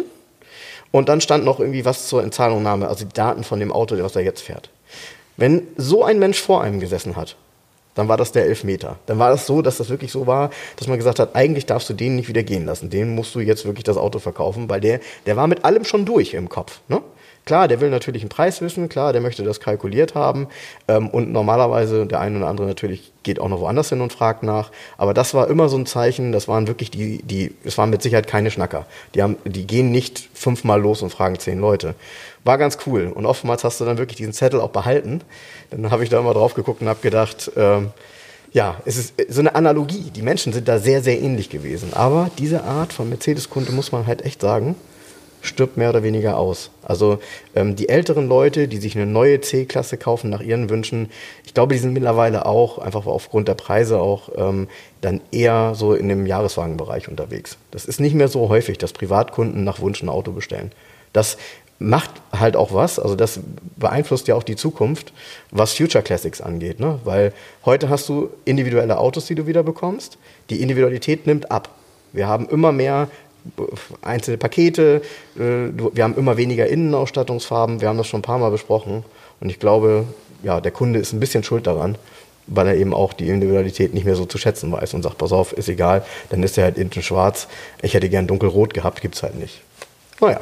Und dann stand noch irgendwie was zur Entzahlungnahme, also die Daten von dem Auto, was er jetzt fährt. Wenn so ein Mensch vor einem gesessen hat, dann war das der Elfmeter. Dann war das so, dass das wirklich so war, dass man gesagt hat, eigentlich darfst du den nicht wieder gehen lassen. Den musst du jetzt wirklich das Auto verkaufen, weil der, der war mit allem schon durch im Kopf. Ne? Klar, der will natürlich einen Preis wissen, klar, der möchte das kalkuliert haben. Ähm, und normalerweise, der eine oder andere natürlich geht auch noch woanders hin und fragt nach. Aber das war immer so ein Zeichen, das waren wirklich die, die, es waren mit Sicherheit keine Schnacker. Die haben, die gehen nicht fünfmal los und fragen zehn Leute. War ganz cool. Und oftmals hast du dann wirklich diesen Zettel auch behalten. Dann habe ich da immer drauf geguckt und habe gedacht, ähm, ja, es ist so eine Analogie. Die Menschen sind da sehr, sehr ähnlich gewesen. Aber diese Art von Mercedes-Kunde, muss man halt echt sagen, stirbt mehr oder weniger aus. Also ähm, die älteren Leute, die sich eine neue C-Klasse kaufen nach ihren Wünschen, ich glaube, die sind mittlerweile auch, einfach aufgrund der Preise auch, ähm, dann eher so in dem Jahreswagenbereich unterwegs. Das ist nicht mehr so häufig, dass Privatkunden nach Wunsch ein Auto bestellen. Das macht halt auch was, also das beeinflusst ja auch die Zukunft, was Future Classics angeht, ne? Weil heute hast du individuelle Autos, die du wieder bekommst. Die Individualität nimmt ab. Wir haben immer mehr einzelne Pakete, wir haben immer weniger Innenausstattungsfarben, wir haben das schon ein paar Mal besprochen und ich glaube, ja, der Kunde ist ein bisschen schuld daran, weil er eben auch die Individualität nicht mehr so zu schätzen weiß und sagt, pass auf, ist egal, dann ist er halt innen schwarz, ich hätte gern dunkelrot gehabt, gibt's halt nicht. Naja.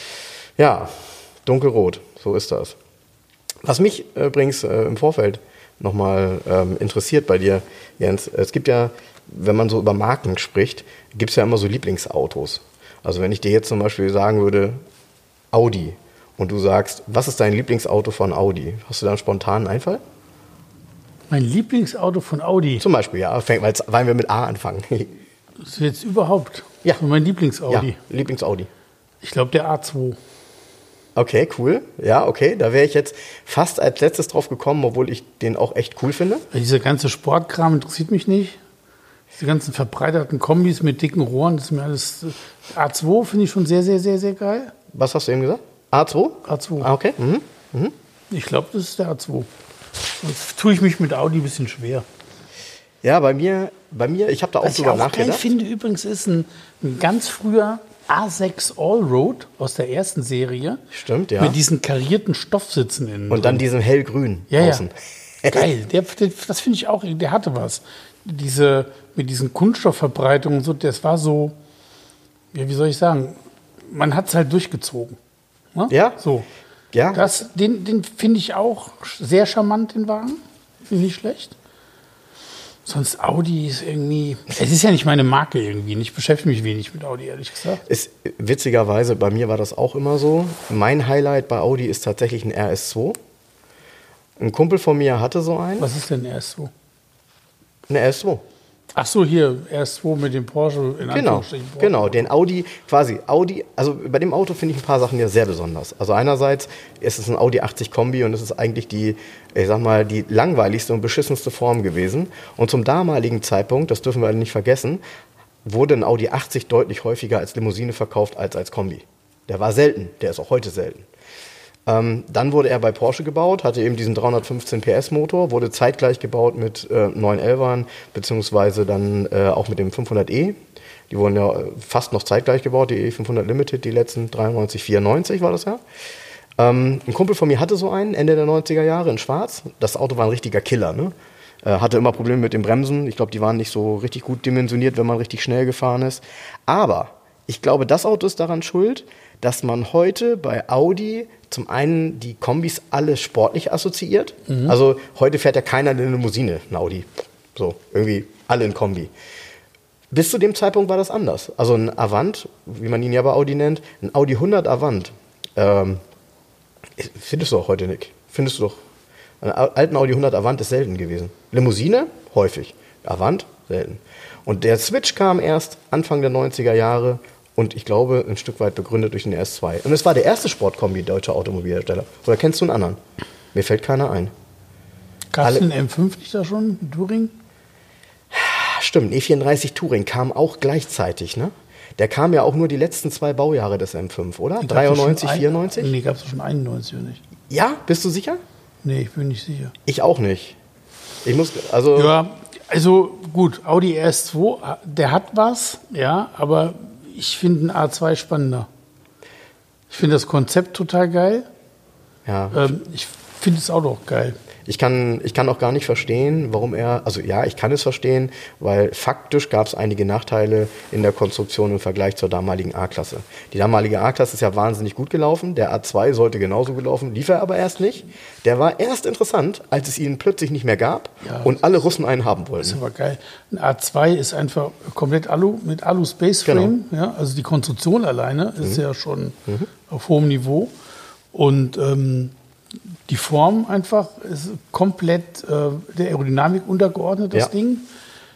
Ja, dunkelrot, so ist das. Was mich übrigens äh, im Vorfeld nochmal ähm, interessiert bei dir, Jens, es gibt ja, wenn man so über Marken spricht, gibt es ja immer so Lieblingsautos. Also wenn ich dir jetzt zum Beispiel sagen würde, Audi, und du sagst, was ist dein Lieblingsauto von Audi? Hast du da einen spontanen Einfall? Mein Lieblingsauto von Audi? Zum Beispiel, ja, weil wir mit A anfangen. Das ist jetzt überhaupt ja. mein Lieblingsaudi. Ja, Lieblingsaudi. Ich glaube, der A zwei. Okay, cool. Ja, okay. Da wäre ich jetzt fast als letztes drauf gekommen, obwohl ich den auch echt cool finde. Dieser ganze Sportkram interessiert mich nicht. Diese ganzen verbreiterten Kombis mit dicken Rohren, das ist mir alles. A zwei finde ich schon sehr, sehr, sehr, sehr geil. Was hast du eben gesagt? A zwei? A zwei. Ah, okay. Mhm. Mhm. Ich glaube, das ist der A zwei. Sonst tue ich mich mit Audi ein bisschen schwer. Ja, bei mir, bei mir, ich habe da auch Was drüber ich auch nachgedacht. geil finde übrigens ist ein, ein ganz früher A sechs Allroad aus der ersten Serie. Stimmt, ja. Mit diesen karierten Stoffsitzen innen. Und dann diesen hellgrün ja, außen. Ja. Geil, der, der, das finde ich auch, der hatte was. Diese, mit diesen Kunststoffverbreitungen, so, das war so, ja, wie soll ich sagen, man hat es halt durchgezogen. Ne? Ja. So. Ja. Das, den den finde ich auch sehr charmant, den Wagen. Finde ich nicht schlecht. Sonst Audi ist irgendwie, es ist ja nicht meine Marke irgendwie. Ich beschäftige mich wenig mit Audi, ehrlich gesagt. Ist, witzigerweise, bei mir war das auch immer so. Mein Highlight bei Audi ist tatsächlich ein R S zwei. Ein Kumpel von mir hatte so einen. Was ist denn ein R S zwei? Ein R S zwei. Ach so, hier, R S zwei mit dem Porsche in Genau, Anführungsstrichen. Porsche. genau, den Audi, quasi Audi, also bei dem Auto finde ich ein paar Sachen ja sehr besonders. Also einerseits ist es ein Audi achtzig Kombi und es ist eigentlich die, ich sag mal, die langweiligste und beschissenste Form gewesen. Und zum damaligen Zeitpunkt, das dürfen wir nicht vergessen, wurde ein Audi achtzig deutlich häufiger als Limousine verkauft als als Kombi. Der war selten, der ist auch heute selten. Ähm, dann wurde er bei Porsche gebaut, hatte eben diesen dreihundertfünfzehn P S Motor, wurde zeitgleich gebaut mit äh, neun elfern, beziehungsweise dann äh, auch mit dem fünfhundert e. Die wurden ja fast noch zeitgleich gebaut, die E fünfhundert Limited, die letzten dreiundneunzig, vierundneunzig war das ja. Ähm, ein Kumpel von mir hatte so einen, Ende der neunziger Jahre, in schwarz. Das Auto war ein richtiger Killer, ne? Äh, hatte immer Probleme mit den Bremsen. Ich glaube, die waren nicht so richtig gut dimensioniert, wenn man richtig schnell gefahren ist. Aber ich glaube, das Auto ist daran schuld, dass man heute bei Audi zum einen die Kombis alle sportlich assoziiert. Mhm. Also heute fährt ja keiner eine Limousine, ein Audi. So, irgendwie alle in Kombi. Bis zu dem Zeitpunkt war das anders. Also ein Avant, wie man ihn ja bei Audi nennt, ein Audi hundert Avant, ähm, findest du auch heute nicht. Findest du doch. Einen alten Audi hundert Avant ist selten gewesen. Limousine, häufig. Avant, selten. Und der Switch kam erst Anfang der neunziger Jahre und ich glaube, ein Stück weit begründet durch den R S zwei. Und es war der erste Sportkombi deutscher Automobilhersteller. Oder kennst du einen anderen? Mir fällt keiner ein. Gab es den M fünf nicht da schon, Touring? Stimmt, E vierunddreißig Touring kam auch gleichzeitig, ne? Der kam ja auch nur die letzten zwei Baujahre des M fünf, oder? dreiundneunzig, vierundneunzig? Nee, gab es schon einundneunzig, oder nicht? Ja, bist du sicher? Nee, ich bin nicht sicher. Ich auch nicht. Ich muss, also... Ja, also gut, Audi R S zwei, der hat was, ja, aber ich finde einen A zwei spannender. Ich finde das Konzept total geil. Ja. Ähm, ich finde das Auto auch geil. Ich kann, ich kann auch gar nicht verstehen, warum er, also ja, ich kann es verstehen, weil faktisch gab es einige Nachteile in der Konstruktion im Vergleich zur damaligen A-Klasse. Die damalige A-Klasse ist ja wahnsinnig gut gelaufen, der A zwei sollte genauso gelaufen, lief er aber erst nicht. Der war erst interessant, als es ihn plötzlich nicht mehr gab ja, und alle Russen einen haben wollten. Das ist aber geil. Ein A zwei ist einfach komplett Alu, mit Alu-Space-Frame, genau. Ja, also die Konstruktion alleine ist mhm. ja schon mhm. auf hohem Niveau und ähm, die Form einfach ist komplett äh, der Aerodynamik untergeordnet, das ja. Ding.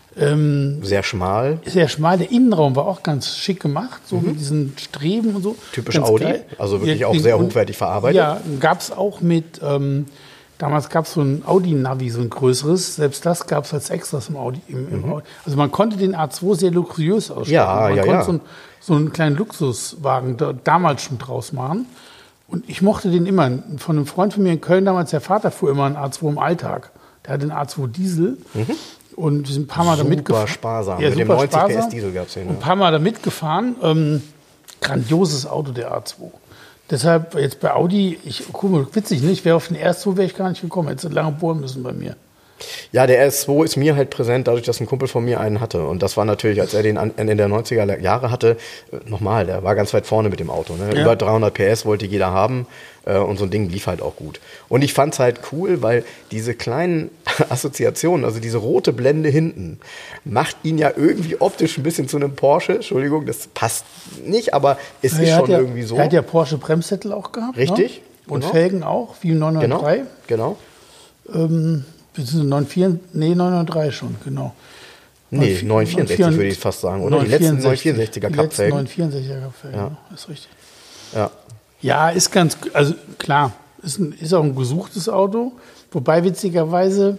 Ähm, sehr schmal. Sehr schmal. Der Innenraum war auch ganz schick gemacht, so mhm. mit diesen Streben und so. Typisch ganz Audi, geil. also wirklich ja, auch sehr hochwertig verarbeitet. Ja, gab es auch mit, ähm, damals gab es so ein Audi-Navi, so ein größeres. Selbst das gab es als Extras im Audi, im, im mhm. Audi. Also man konnte den A zwei sehr luxuriös ausstatten. Ja, man ja, konnte ja. So, ein, so einen kleinen Luxuswagen da, damals schon draus machen. Und ich mochte den immer. Von einem Freund von mir in Köln damals, der Vater fuhr immer einen A zwei im Alltag. Der hatte den A zwei Diesel. Mhm. Und wir sind ein paar Mal super da mitgefahren. Sparsam. Ja, mit super dem neunzig sparsam. P S Diesel gab es den. Ein paar Mal da mitgefahren. Ähm, grandioses Auto, der A zwei. Deshalb jetzt bei Audi, ich guck mal, witzig, nicht? Wäre auf den R S zwei wäre ich gar nicht gekommen. Hätte lange bohren müssen bei mir. Ja, der R S zwei ist mir halt präsent, dadurch, dass ein Kumpel von mir einen hatte. Und das war natürlich, als er den Ende der neunziger Jahre hatte, nochmal, der war ganz weit vorne mit dem Auto. Ne? Ja. Über dreihundert P S wollte jeder haben äh, und so ein Ding lief halt auch gut. Und ich fand es halt cool, weil diese kleinen Assoziationen, also diese rote Blende hinten, macht ihn ja irgendwie optisch ein bisschen zu einem Porsche. Entschuldigung, das passt nicht, aber es ja, ist schon ja, irgendwie so. Er hat ja Porsche-Bremssättel auch gehabt. Richtig. Ne? Und genau. Felgen auch, wie im neun neun drei. Genau, genau. Ähm, neun vier, nee, neun neun drei schon, genau. Nee, neun vierundsechzig würde ich fast sagen, oder? Die letzten neun vierundsechziger Cup-Felgen. neun vierundsechziger Cup-Felgen, ja. Ist richtig. Ja. Ja, ist ganz, also klar, ist, ein, ist auch ein gesuchtes Auto. Wobei witzigerweise,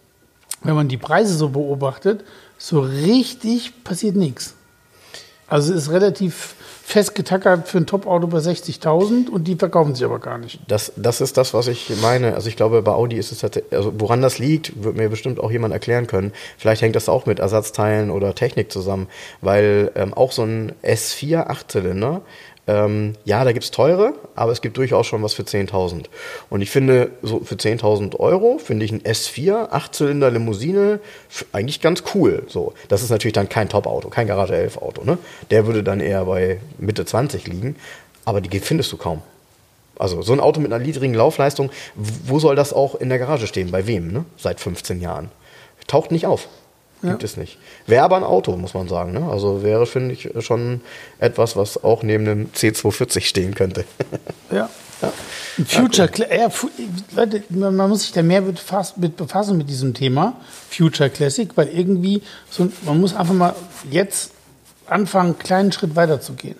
wenn man die Preise so beobachtet, so richtig passiert nichts. Also es ist relativ festgetackert für ein Top-Auto bei sechzigtausend und die verkaufen sich aber gar nicht. Das, das ist das, was ich meine. Also ich glaube, bei Audi ist es tatsächlich, also woran das liegt, wird mir bestimmt auch jemand erklären können. Vielleicht hängt das auch mit Ersatzteilen oder Technik zusammen, weil ähm, auch so ein S vier Achtzylinder, ähm, ja, da gibt's teure, aber es gibt durchaus schon was für zehntausend. Und ich finde, so für zehntausend Euro finde ich ein S vier Achtzylinder Limousine eigentlich ganz cool. So, das ist natürlich dann kein Top-Auto, kein Garage elf Auto. Ne? Der würde dann eher bei Mitte zwanzig liegen, aber die findest du kaum. Also so ein Auto mit einer niedrigen Laufleistung, wo soll das auch in der Garage stehen? Bei wem? Ne? Seit fünfzehn Jahren. Taucht nicht auf. Gibt ja. es nicht. Wäre aber ein Auto, muss man sagen. Ne? Also wäre, finde ich, schon etwas, was auch neben dem C zweihundertvierzig stehen könnte. Ja. ja. Future, ja, Leute, man muss sich da mehr mit befassen mit diesem Thema Future Classic, weil irgendwie, so, man muss einfach mal jetzt anfangen, einen kleinen Schritt weiter zu gehen.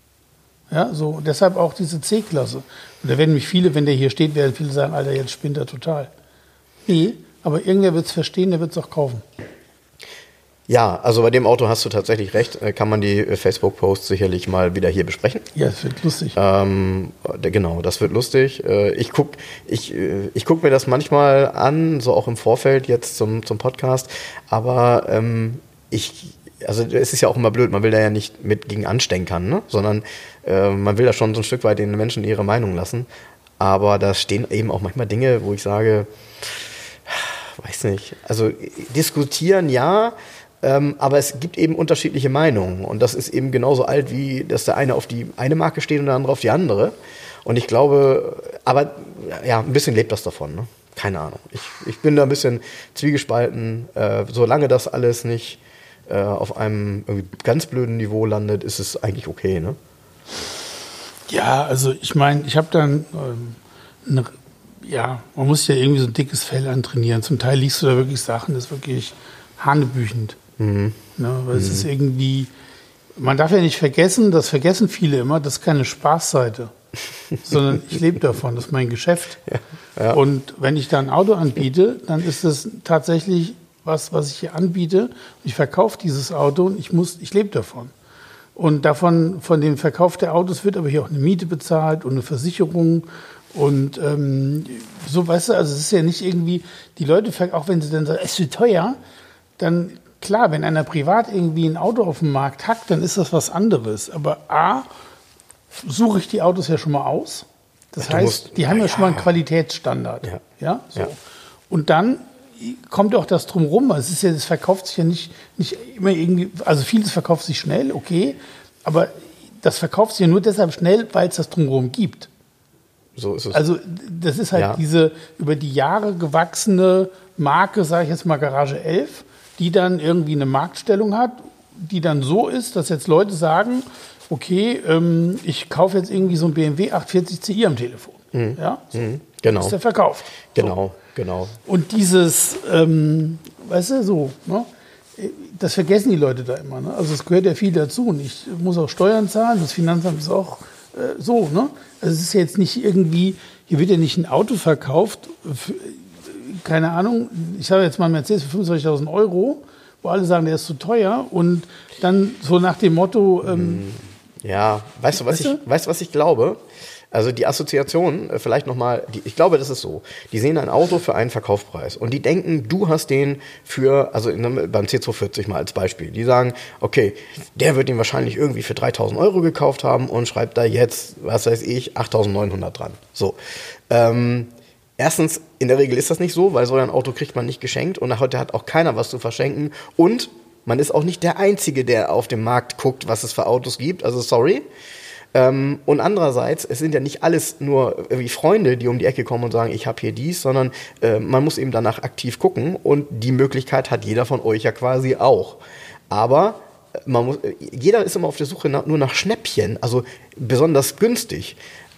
Ja, so, deshalb auch diese C-Klasse. Und da werden mich viele, wenn der hier steht, werden viele sagen, Alter, jetzt spinnt er total. Nee, aber irgendwer wird es verstehen, der wird es auch kaufen. Ja, also bei dem Auto hast du tatsächlich recht. Kann man die Facebook-Posts sicherlich mal wieder hier besprechen. Ja, das wird lustig. Ähm, genau, das wird lustig. Ich gucke ich, ich guck mir das manchmal an, so auch im Vorfeld jetzt zum, zum Podcast. Aber ähm, ich, also es ist ja auch immer blöd, man will da ja nicht mit gegen anstenkern, ne? Sondern äh, man will da schon so ein Stück weit den Menschen ihre Meinung lassen. Aber da stehen eben auch manchmal Dinge, wo ich sage, weiß nicht, also diskutieren ja, Ähm, aber es gibt eben unterschiedliche Meinungen. Und das ist eben genauso alt, wie dass der eine auf die eine Marke steht und der andere auf die andere. Und ich glaube, aber ja, ein bisschen lebt das davon. Ne? Keine Ahnung. Ich, ich bin da ein bisschen zwiegespalten. Äh, solange das alles nicht äh, auf einem irgendwie ganz blöden Niveau landet, ist es eigentlich okay. Ne? Ja, also ich meine, ich habe dann ähm, eine, ja, man muss ja irgendwie so ein dickes Fell antrainieren. Zum Teil liest du da wirklich Sachen, das ist wirklich hanebüchend. Mhm. Ne, weil mhm. es ist irgendwie, man darf ja nicht vergessen, das vergessen viele immer, das ist keine Spaßseite, sondern ich lebe davon, das ist mein Geschäft. Ja, ja. Und wenn ich da ein Auto anbiete, dann ist das tatsächlich was, was ich hier anbiete. Ich verkaufe dieses Auto und ich muss, ich lebe davon. Und davon, von dem Verkauf der Autos wird aber hier auch eine Miete bezahlt und eine Versicherung. Und ähm, so, weißt du, also es ist ja nicht irgendwie, die Leute, auch wenn sie dann sagen, es wird teuer, dann klar, wenn einer privat irgendwie ein Auto auf dem Markt hackt, dann ist das was anderes. Aber A, suche ich die Autos ja schon mal aus. Das du heißt, musst, die haben ja, ja schon mal einen Qualitätsstandard. Ja. Ja? So. Ja. Und dann kommt auch das drumherum. Es ist ja, das verkauft sich ja nicht, nicht immer irgendwie, also vieles verkauft sich schnell, okay, aber das verkauft sich ja nur deshalb schnell, weil es das drumherum gibt. So ist es. Also das ist halt ja. diese über die Jahre gewachsene Marke, sage ich jetzt mal Garage elf, die dann irgendwie eine Marktstellung hat, die dann so ist, dass jetzt Leute sagen, okay, ähm, ich kaufe jetzt irgendwie so ein B M W achthundertvierzig C I am Telefon. Mhm. Ja? So. Mhm. Genau. Das ist der Verkauf. Genau, so. genau. Und dieses, ähm, weißt du, so, ne? das vergessen die Leute da immer. Ne? Also es gehört ja viel dazu. Und ich muss auch Steuern zahlen, das Finanzamt ist auch äh, so. Ne? Also es ist ja jetzt nicht irgendwie, hier wird ja nicht ein Auto verkauft, für, keine Ahnung, ich sage jetzt mal Mercedes für fünfundzwanzigtausend Euro, wo alle sagen, der ist zu teuer. Und dann so nach dem Motto... Ähm, ja, weißt du, was weißt ich, du? weißt, was ich glaube? Also die Assoziation, vielleicht nochmal, ich glaube, das ist so. Die sehen ein Auto für einen Verkaufspreis und die denken, du hast den für, also in, beim C zweihundertvierzig mal als Beispiel, die sagen, okay, der wird ihn wahrscheinlich irgendwie für dreitausend Euro gekauft haben und schreibt da jetzt, was weiß ich, achttausendneunhundert dran. So. Ähm, erstens, in der Regel ist das nicht so, weil so ein Auto kriegt man nicht geschenkt und heute hat auch keiner was zu verschenken und man ist auch nicht der Einzige, der auf dem Markt guckt, was es für Autos gibt, also sorry. Ähm, und andererseits, es sind ja nicht alles nur irgendwie Freunde, die um die Ecke kommen und sagen, ich habe hier dies, sondern äh, man muss eben danach aktiv gucken und die Möglichkeit hat jeder von euch ja quasi auch. Aber man muss, jeder ist immer auf der Suche nach, nur nach Schnäppchen, also besonders günstig.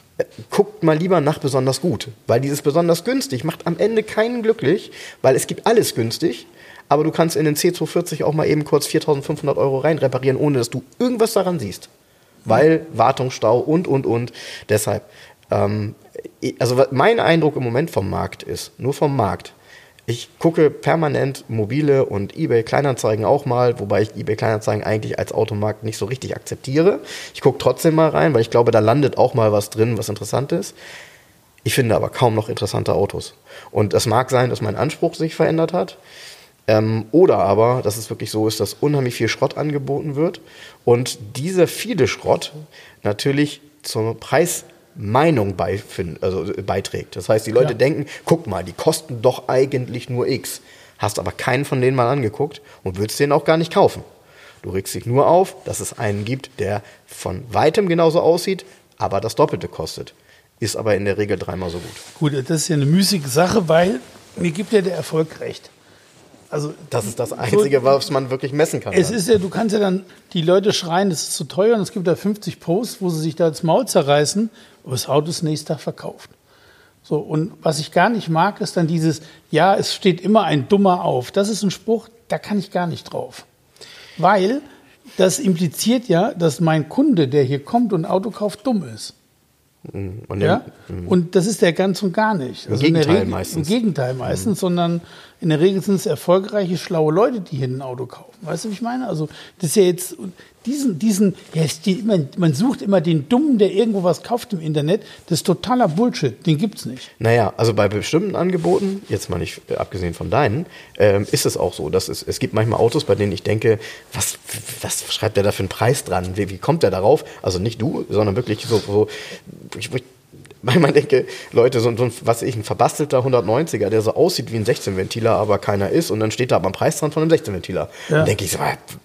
Guckt mal lieber nach besonders gut, weil dieses besonders günstig macht am Ende keinen glücklich, weil es gibt alles günstig, aber du kannst in den C zweihundertvierzig auch mal eben kurz viertausendfünfhundert Euro rein reparieren, ohne dass du irgendwas daran siehst. Weil Wartungsstau und, und, und. Deshalb, ähm, also mein Eindruck im Moment vom Markt ist, nur vom Markt, ich gucke permanent mobile und eBay-Kleinanzeigen auch mal, wobei ich eBay-Kleinanzeigen eigentlich als Automarkt nicht so richtig akzeptiere. Ich gucke trotzdem mal rein, weil ich glaube, da landet auch mal was drin, was interessant ist. Ich finde aber kaum noch interessante Autos. Und es mag sein, dass mein Anspruch sich verändert hat. Ähm, oder aber, dass es wirklich so ist, dass unheimlich viel Schrott angeboten wird und dieser viele Schrott natürlich zur Preismeinung beifind, also beiträgt. Das heißt, die Leute ja. denken, guck mal, die kosten doch eigentlich nur X. Hast aber keinen von denen mal angeguckt und würdest den auch gar nicht kaufen. Du regst dich nur auf, dass es einen gibt, der von weitem genauso aussieht, aber das Doppelte kostet. Ist aber in der Regel dreimal so gut. Gut, das ist ja eine müßige Sache, weil mir gibt ja der Erfolg recht. Also, das ist das Einzige, so, was man wirklich messen kann. Es dann. ist ja, du kannst ja dann, die Leute schreien, das ist zu teuer und es gibt da fünfzig Posts, wo sie sich da ins Maul zerreißen, aber das Auto ist nächsten Tag verkauft. So, und was ich gar nicht mag, ist dann dieses, ja, es steht immer ein Dummer auf. Das ist ein Spruch, da kann ich gar nicht drauf. Weil das impliziert ja, dass mein Kunde, der hier kommt und ein Auto kauft, dumm ist. Und, ja? im, und das ist der ganz und gar nicht. Also Im Gegenteil in der Regel, meistens. Im Gegenteil meistens, mhm. sondern in der Regel sind es erfolgreiche, schlaue Leute, die hier ein Auto kaufen. Weißt du, wie ich meine? Also das ist ja jetzt, diesen, diesen, ja, man, man sucht immer den Dummen, der irgendwo was kauft im Internet. Das ist totaler Bullshit, den gibt's nicht. Naja, also bei bestimmten Angeboten, jetzt mal nicht äh, abgesehen von deinen, ähm, ist es auch so, dass es, es gibt manchmal Autos, bei denen ich denke, was, was schreibt der da für einen Preis dran? Wie, wie kommt der darauf? Also nicht du, sondern wirklich so, so ich, ich manchmal denke, Leute, so, so ein, was weiß ich, ein verbastelter hundertneunziger, der so aussieht wie ein sechzehn-Ventiler, aber keiner ist und dann steht da aber ein Preis dran von einem sechzehn-Ventiler. Ja. Dann denke ich so,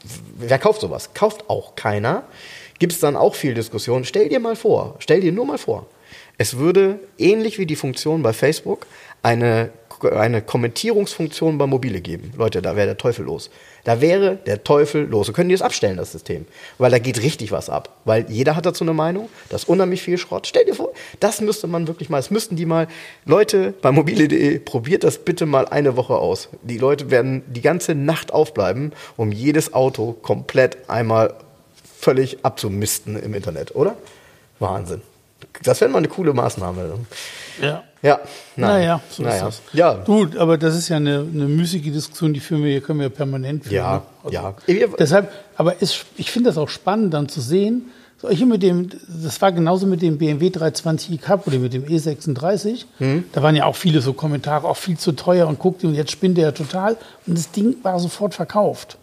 wer kauft sowas? Kauft auch keiner. Gibt es dann auch viel Diskussion. Stell dir mal vor, stell dir nur mal vor, es würde ähnlich wie die Funktion bei Facebook eine, eine Kommentierungsfunktion bei Mobile geben. Leute, da wäre der Teufel los. Da wäre der Teufel los. Wir können die das abstellen, das System. Weil da geht richtig was ab. Weil jeder hat dazu eine Meinung. Das ist unheimlich viel Schrott. Stell dir vor, das müsste man wirklich mal, das müssten die mal, Leute bei mobile punkt de, probiert das bitte mal eine Woche aus. Die Leute werden die ganze Nacht aufbleiben, um jedes Auto komplett einmal völlig abzumisten im Internet, oder? Wahnsinn. Das wäre mal eine coole Maßnahme. Ja. Ja, nein. Naja, so naja. ist das. Ja. Du, aber das ist ja eine, eine müßige Diskussion, die führen wir hier, können wir permanent führen. Ja, also ja. Deshalb, aber es, ich finde das auch spannend, dann zu sehen, so hier mit dem, das war genauso mit dem B M W dreihundertzwanzig i Cup oder mit dem E sechsunddreißig. Hm. Da waren ja auch viele so Kommentare, auch viel zu teuer und guckt, und jetzt spinnt der ja total. Und das Ding war sofort verkauft.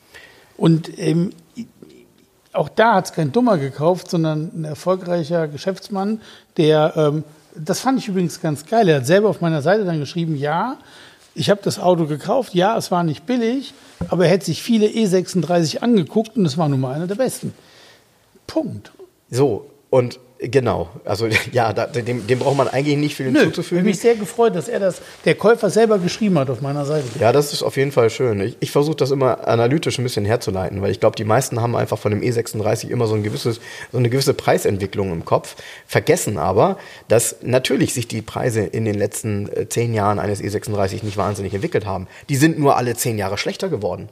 Und ähm, auch da hat es kein Dummer gekauft, sondern ein erfolgreicher Geschäftsmann, der, ähm, das fand ich übrigens ganz geil, er hat selber auf meiner Seite dann geschrieben, ja, ich habe das Auto gekauft, ja, es war nicht billig, aber er hätte sich viele E sechsunddreißig angeguckt und es war nun mal einer der besten. Punkt. So, und genau, also ja, da, dem, dem braucht man eigentlich nicht viel hinzuzufügen. Ich bin mich sehr gefreut, dass er das, der Käufer selber geschrieben hat auf meiner Seite. Ja, das ist auf jeden Fall schön. Ich, ich versuche das immer analytisch ein bisschen herzuleiten, weil ich glaube, die meisten haben einfach von dem E sechsunddreißig immer so, ein gewisses, so eine gewisse Preisentwicklung im Kopf, vergessen aber, dass natürlich sich die Preise in den letzten zehn Jahren eines E sechsunddreißig nicht wahnsinnig entwickelt haben. Die sind nur alle zehn Jahre schlechter geworden.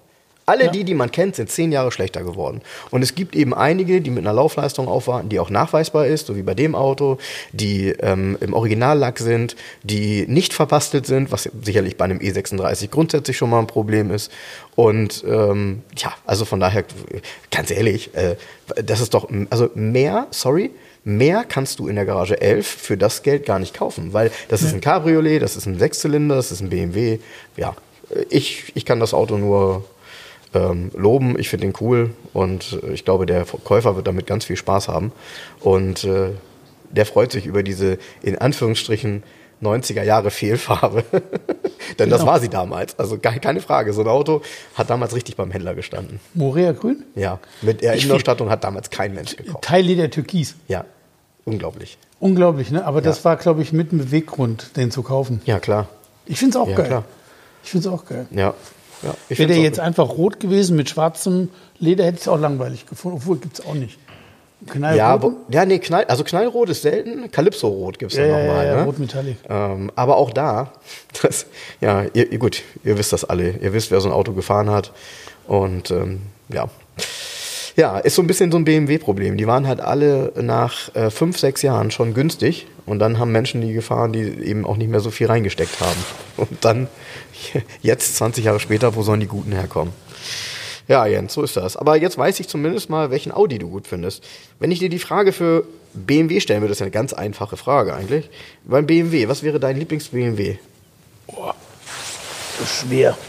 Alle Ja. die, die man kennt, sind zehn Jahre schlechter geworden. Und es gibt eben einige, die mit einer Laufleistung aufwarten, die auch nachweisbar ist, so wie bei dem Auto, die ähm, im Originallack sind, die nicht verbastelt sind, was sicherlich bei einem E sechsunddreißig grundsätzlich schon mal ein Problem ist. Und ähm, ja, also von daher, ganz ehrlich, äh, das ist doch, also mehr, sorry, mehr kannst du in der Garage elf für das Geld gar nicht kaufen, weil das ist ein Cabriolet, das ist ein Sechszylinder, das ist ein B M W. Ja, ich, ich kann das Auto nur ähm, loben, ich finde ihn cool und ich glaube, der Käufer wird damit ganz viel Spaß haben und äh, der freut sich über diese, in Anführungsstrichen, neunziger Jahre Fehlfarbe. Denn das Genau. war sie damals, also gar keine Frage. So ein Auto hat damals richtig beim Händler gestanden. Morea Grün? Ja, mit der Ich Innenausstattung hat damals kein Mensch gekauft. Teilleder Türkis. Ja, unglaublich. Unglaublich, ne? Aber das Ja. war, glaube ich, mit ein Beweggrund, den zu kaufen. Ja, klar. Ich finde es auch Ja, geil. klar. Ich finde es auch geil. Ja. ja ich Wäre der find's jetzt auch einfach rot gewesen mit schwarzem Leder, hätte ich es auch langweilig gefunden. Obwohl, gibt es auch nicht. Knallrot? ja, wo, ja, nee, Knall, also Knallrot ist selten, Calypso-Rot gibt es ja, dann ja, nochmal. ja, ja, Ne? Rot Metallic. Ähm, aber auch da, das, ja, ihr, ihr- gut, ihr wisst das alle. Ihr wisst, wer so ein Auto gefahren hat. Und ähm, ja. Ja, ist so ein bisschen so ein B M W-Problem. Die waren halt alle nach äh, fünf, sechs Jahren schon günstig. Und dann haben Menschen die gefahren, die eben auch nicht mehr so viel reingesteckt haben. Und dann, jetzt, zwanzig Jahre später, wo sollen die Guten herkommen? Ja, Jens, so ist das. Aber jetzt weiß ich zumindest mal, welchen Audi du gut findest. Wenn ich dir die Frage für B M W stellen würde, das ist eine ganz einfache Frage eigentlich. Beim B M W, was wäre dein Lieblings-B M W? Boah, so schwer.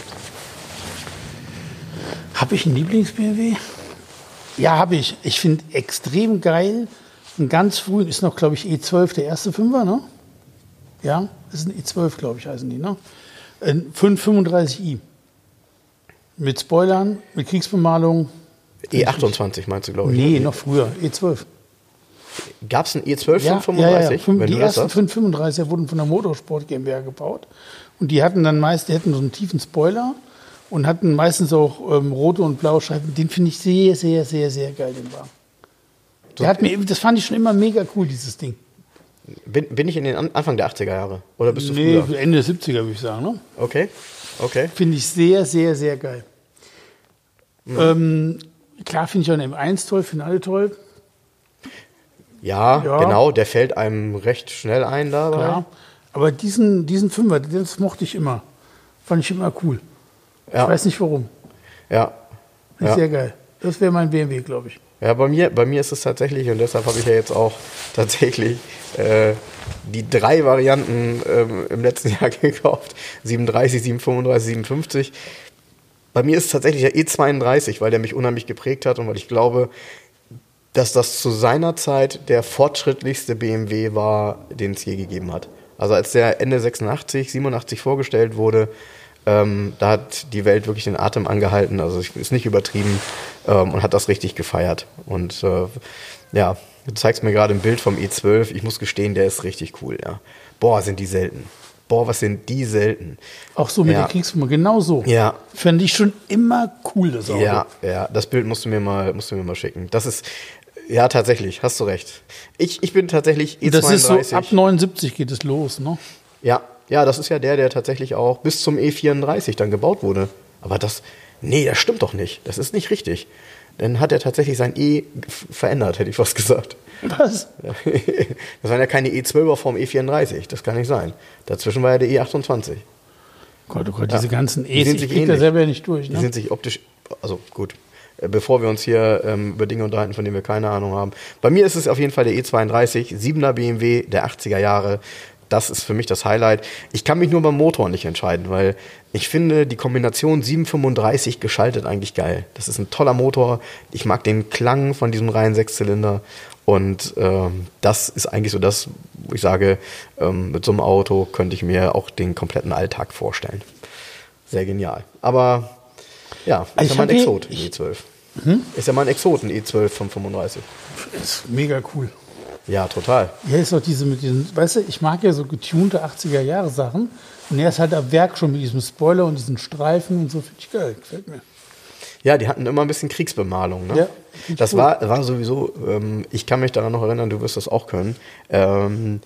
Habe ich einen Lieblings-B M W? Ja, habe ich. Ich finde extrem geil. Ein ganz früh ist noch, glaube ich, E zwölf, der erste Fünfer, ne? Ja, das ist ein E zwölf, glaube ich, heißen die, ne? Ein fünf fünfunddreißig i. Mit Spoilern, mit Kriegsbemalung. E achtundzwanzig meinst du, glaube ich? Nee, ne? noch früher, E zwölf. Gab es ein E zwölf Ja, fünfhundertfünfunddreißig? ja, ja. Fünf, Wenn die du das ersten sagst? fünf fünfunddreißiger wurden von der Motorsport GmbH gebaut. Und die hatten dann meist, die hatten so einen tiefen Spoiler und hatten meistens auch ähm, rote und blaue Scheiben. Den finde ich sehr, sehr, sehr, sehr geil, den Wagen. Der hat mir, das fand ich schon immer mega cool, dieses Ding. Bin, bin ich in den An Anfang der achtziger Jahre? Oder bist du Nee, früher? Ende der siebziger würde ich sagen. Ne? Okay, okay. Finde ich sehr, sehr, sehr geil. Mhm. Ähm, klar finde ich auch den M eins toll, finde alle toll. Ja, Ja. genau, der fällt einem recht schnell ein dabei. Klar. Aber diesen, diesen Fünfer, das mochte ich immer. Fand ich immer cool. Ja. Ich weiß nicht warum. Ja. Finde ich Ja. sehr geil. Das wäre mein B M W, glaube ich. Ja, bei mir, bei mir ist es tatsächlich, und deshalb habe ich ja jetzt auch tatsächlich äh, die drei Varianten ähm, im letzten Jahr gekauft. siebenunddreißig, siebenhundertfünfunddreißig, siebenundfünfzig. Bei mir ist es tatsächlich der E zweiunddreißig, weil der mich unheimlich geprägt hat und weil ich glaube, dass das zu seiner Zeit der fortschrittlichste B M W war, den es je gegeben hat. Also als der Ende sechsundachtzig, siebenundachtzig vorgestellt wurde, ähm, da hat die Welt wirklich den Atem angehalten, also ist nicht übertrieben, ähm, und hat das richtig gefeiert. Und äh, ja, du zeigst mir gerade ein Bild vom E zwölf, ich muss gestehen, der ist richtig cool, ja. Boah, sind die selten. Boah, was sind die selten. Auch so mit Ja. der Kriegsfirma, genau so. Ja. Fände ich schon immer cool, das Auto. Ja, ja, das Bild musst du mir mal, musst du mir mal schicken. Das ist, ja, tatsächlich, hast du recht. Ich, ich bin tatsächlich E Das zweiunddreißig. ist so, ab neunundsiebzig geht es los, ne? Ja, ja, das ist ja der, der tatsächlich auch bis zum E vierunddreißig dann gebaut wurde. Aber das, nee, das stimmt doch nicht. Das ist nicht richtig. Dann hat er tatsächlich sein E f- verändert, hätte ich fast gesagt. Was? Das waren ja keine E zwölfer vom E vierunddreißig, das kann nicht sein. Dazwischen war ja der E achtundzwanzig. Gott, oh Gott, diese ganzen Die E's, sind ich sich krieg da ähnlich. selber nicht durch, Die ne? sind sich optisch, also gut, äh, bevor wir uns hier ähm, über Dinge unterhalten, von denen wir keine Ahnung haben. Bei mir ist es auf jeden Fall der E zweiunddreißig, siebener B M W der achtziger Jahre. Das ist für mich das Highlight. Ich kann mich nur beim Motor nicht entscheiden, weil ich finde die Kombination siebenhundertfünfunddreißig geschaltet eigentlich geil. Das ist ein toller Motor. Ich mag den Klang von diesem reinen Sechszylinder. Und ähm, das ist eigentlich so das, wo ich sage, ähm, mit so einem Auto könnte ich mir auch den kompletten Alltag vorstellen. Sehr genial. Aber ja, ist Also ja mal ein ich Exot, hab ein hier- E zwölf. Ist ja mal ein Exot, ein E zwölf von fünfunddreißig. Das ist mega cool. Ja, total. Ja, ist doch diese mit diesen, weißt du, ich mag ja so getunte achtziger Jahre Sachen. Und er ist halt ab Werk schon mit diesem Spoiler und diesen Streifen und so, finde ich geil, gefällt mir. Ja, die hatten immer ein bisschen Kriegsbemalung. Ne? Ja, finde das ich cool. war, war sowieso, ähm, ich kann mich daran noch erinnern, du wirst das auch können. Ähm,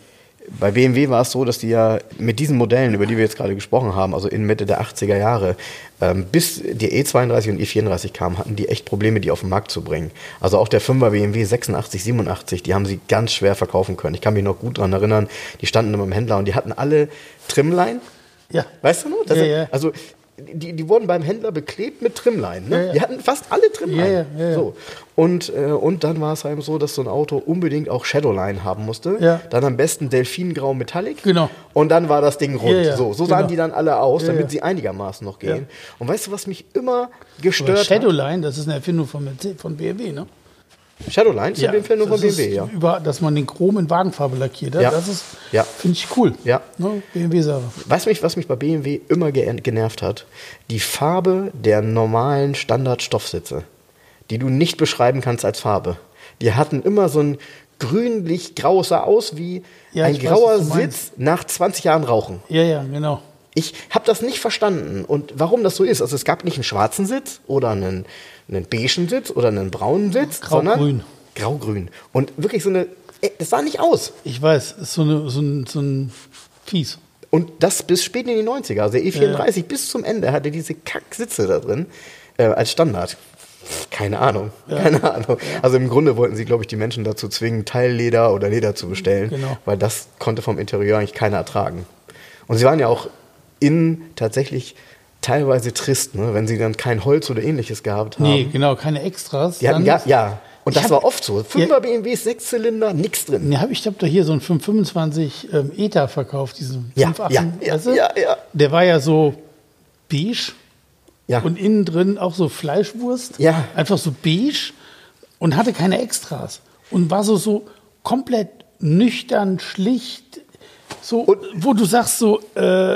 bei B M W war es so, dass die ja mit diesen Modellen, über die wir jetzt gerade gesprochen haben, also in Mitte der achtziger Jahre, ähm, bis die E zweiunddreißig und E vierunddreißig kamen, hatten die echt Probleme, die auf den Markt zu bringen. Also auch der Fünfer B M W sechsundachtzig, siebenundachtzig, die haben sie ganz schwer verkaufen können. Ich kann mich noch gut daran erinnern, die standen immer im Händler und die hatten alle Trimline. Ja. Weißt du noch? Das Ja, ist, ja. Also die, die wurden beim Händler beklebt mit Trimline. Ne? Ja, ja. Die hatten fast alle Trimline. Ja, ja, ja, ja. So. Und, äh, und dann war es eben so, dass so ein Auto unbedingt auch Shadowline haben musste. Ja. Dann am besten Delfingrau Metallic. Genau. Und dann war das Ding rund. Ja, ja, so so sahen genau. die dann alle aus, Ja, damit ja. sie einigermaßen noch gehen. Ja. Und weißt du, was mich immer Aber gestört hat? Shadowline, das ist eine Erfindung von, Mercedes- von B M W, ne? Shadowline ist ja, in dem Fall nur von das B M W, ist ja. Über, dass man den Chrom in Wagenfarbe lackiert hat, Ja. das ist, Ja. finde ich cool. Ja. Ne? B M W-Sache. Weißt du, mich, was mich bei B M W immer ge genervt hat? Die Farbe der normalen Standardstoffsitze, die du nicht beschreiben kannst als Farbe. Die hatten immer so ein grünlich-grau, sah aus wie Ja, ein ich weiß, grauer was du meinst. Sitz nach zwanzig Jahren Rauchen. Ja, ja, genau. Ich habe das nicht verstanden und warum das so ist. Also es gab nicht einen schwarzen Sitz oder einen, einen beigen Sitz oder einen braunen Sitz, Grau-grün. sondern grau-grün. Und wirklich so eine, ey, das sah nicht aus. Ich weiß, ist so, eine, so, ein, so ein Fies. Und das bis spät in die neunziger. Also der E vierunddreißig bis zum Ende hatte diese Kacksitze da drin äh, als Standard. Keine Ahnung, keine Ahnung. Also im Grunde wollten sie, glaube ich, die Menschen dazu zwingen, Teilleder oder Leder zu bestellen, Genau. weil das konnte vom Interieur eigentlich keiner ertragen. Und sie waren ja auch innen tatsächlich teilweise trist, ne? Wenn sie dann kein Holz oder ähnliches gehabt haben. Nee, genau, keine Extras. Die hatten Dann- ja, ja. Und Ich das hab- war oft so. Fünfer B M Ws, Sechszylinder, nix drin. Ne, hab ich habe da hier so einen fünf fünfundzwanzig ähm, E T A verkauft, diesen Ja, fünf Achten, ja, ja, weißt du? ja, ja. Der war ja so beige Ja. und innen drin auch so Fleischwurst. Ja. Einfach so beige und hatte keine Extras. Und war so, so komplett nüchtern, schlicht, so, Und- wo du sagst so, äh,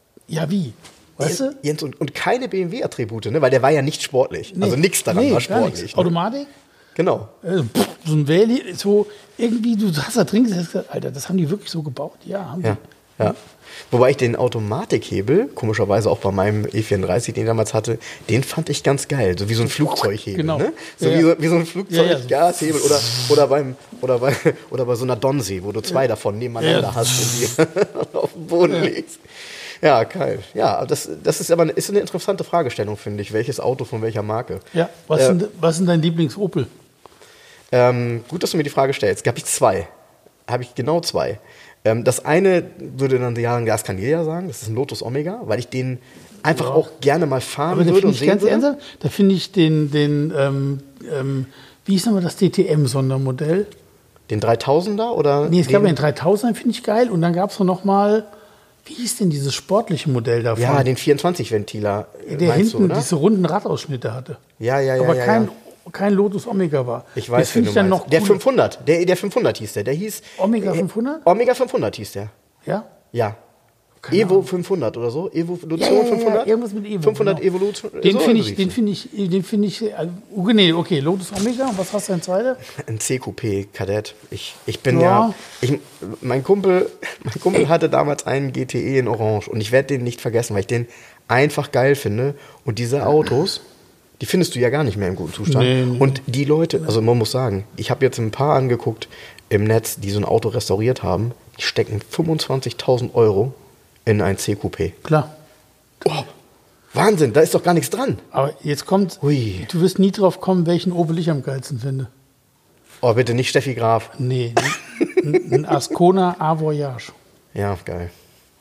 ja wie, weißt du? Jens, und, und keine B M W-Attribute, ne? Weil der war ja nicht sportlich. Also Nee, nichts daran nee, war gar nichts. sportlich. Ne? Automatik? Genau. Äh, pff, so ein Valley, so irgendwie, du hast da drin gesessen, hast gesagt, Alter, das haben die wirklich so gebaut? Ja, haben Ja, die. ja. Wobei ich den Automatikhebel, komischerweise auch bei meinem E vierunddreißig, den ich damals hatte, den fand ich ganz geil. So wie so ein Flugzeughebel. Genau. Ne? So, Ja, wie ja. so wie so ein Flugzeug-Gashebel. Ja, ja, so. Oder, oder, beim, oder, bei, oder bei so einer Donsee, wo du zwei davon nebeneinander Ja. hast und die auf dem Boden legst. Ja, geil. Ja, das, das ist aber eine, ist eine interessante Fragestellung, finde ich. Welches Auto von welcher Marke? Ja, was, Äh, sind, was sind dein Lieblings-Opel? Ähm, gut, dass du mir die Frage stellst. Habe ich zwei. Habe ich genau zwei. Ähm, das eine würde dann ja, das kann jeder sagen, das ist ein Lotus Omega, weil ich den einfach Ja. auch gerne mal fahren Aber da würde finde und ich sehen ganz würde. ernsthaft, da finde ich den, den ähm, ähm, wie hieß nochmal das D T M-Sondermodell? Den dreitausender oder? Nee, es gab den, ja den dreitausender, finde ich geil. Und dann gab es noch mal, wie hieß denn dieses sportliche Modell davon? Ja, den vierundzwanzig-Ventiler. äh, der meinst hinten du, oder? diese runden Radausschnitte hatte. Ja, ja, ja. aber ja, kein, ja. kein Lotus Omega war. Ich weiß, das finde wen ich du dann meinst. noch Der cool. fünfhundert, der, der fünfhundert hieß der. Der hieß. Omega äh, fünfhundert? Omega fünfhundert hieß der. Ja? Ja. Keine Evo Ahnung. fünfhundert oder so. Evolution Ja, ja, ja, fünfhundert? irgendwas mit Evo, fünfhundert genau. Evolution. Den so finde ich, hieß den der. finde ich, den finde ich, äh, okay, nee, okay, Lotus Omega, und was hast du denn zweiter? Ein C-Coupé Kadett. Ich, ich bin Ja. ja, ich, mein Kumpel, mein Kumpel hatte damals einen G T E in Orange und ich werde den nicht vergessen, weil ich den einfach geil finde. Und diese Autos, die findest du ja gar nicht mehr im guten Zustand. Nee, nee. Und die Leute, also man muss sagen, ich habe jetzt ein paar angeguckt im Netz, die so ein Auto restauriert haben, die stecken fünfundzwanzigtausend Euro in ein C-Coupé. Klar. Oh, Wahnsinn, da ist doch gar nichts dran. Aber jetzt kommt, Hui. du wirst nie drauf kommen, welchen Opel ich am geilsten finde. Oh, bitte nicht Steffi Graf. Nee, ein, ein Ascona A Voyage. Ja, geil.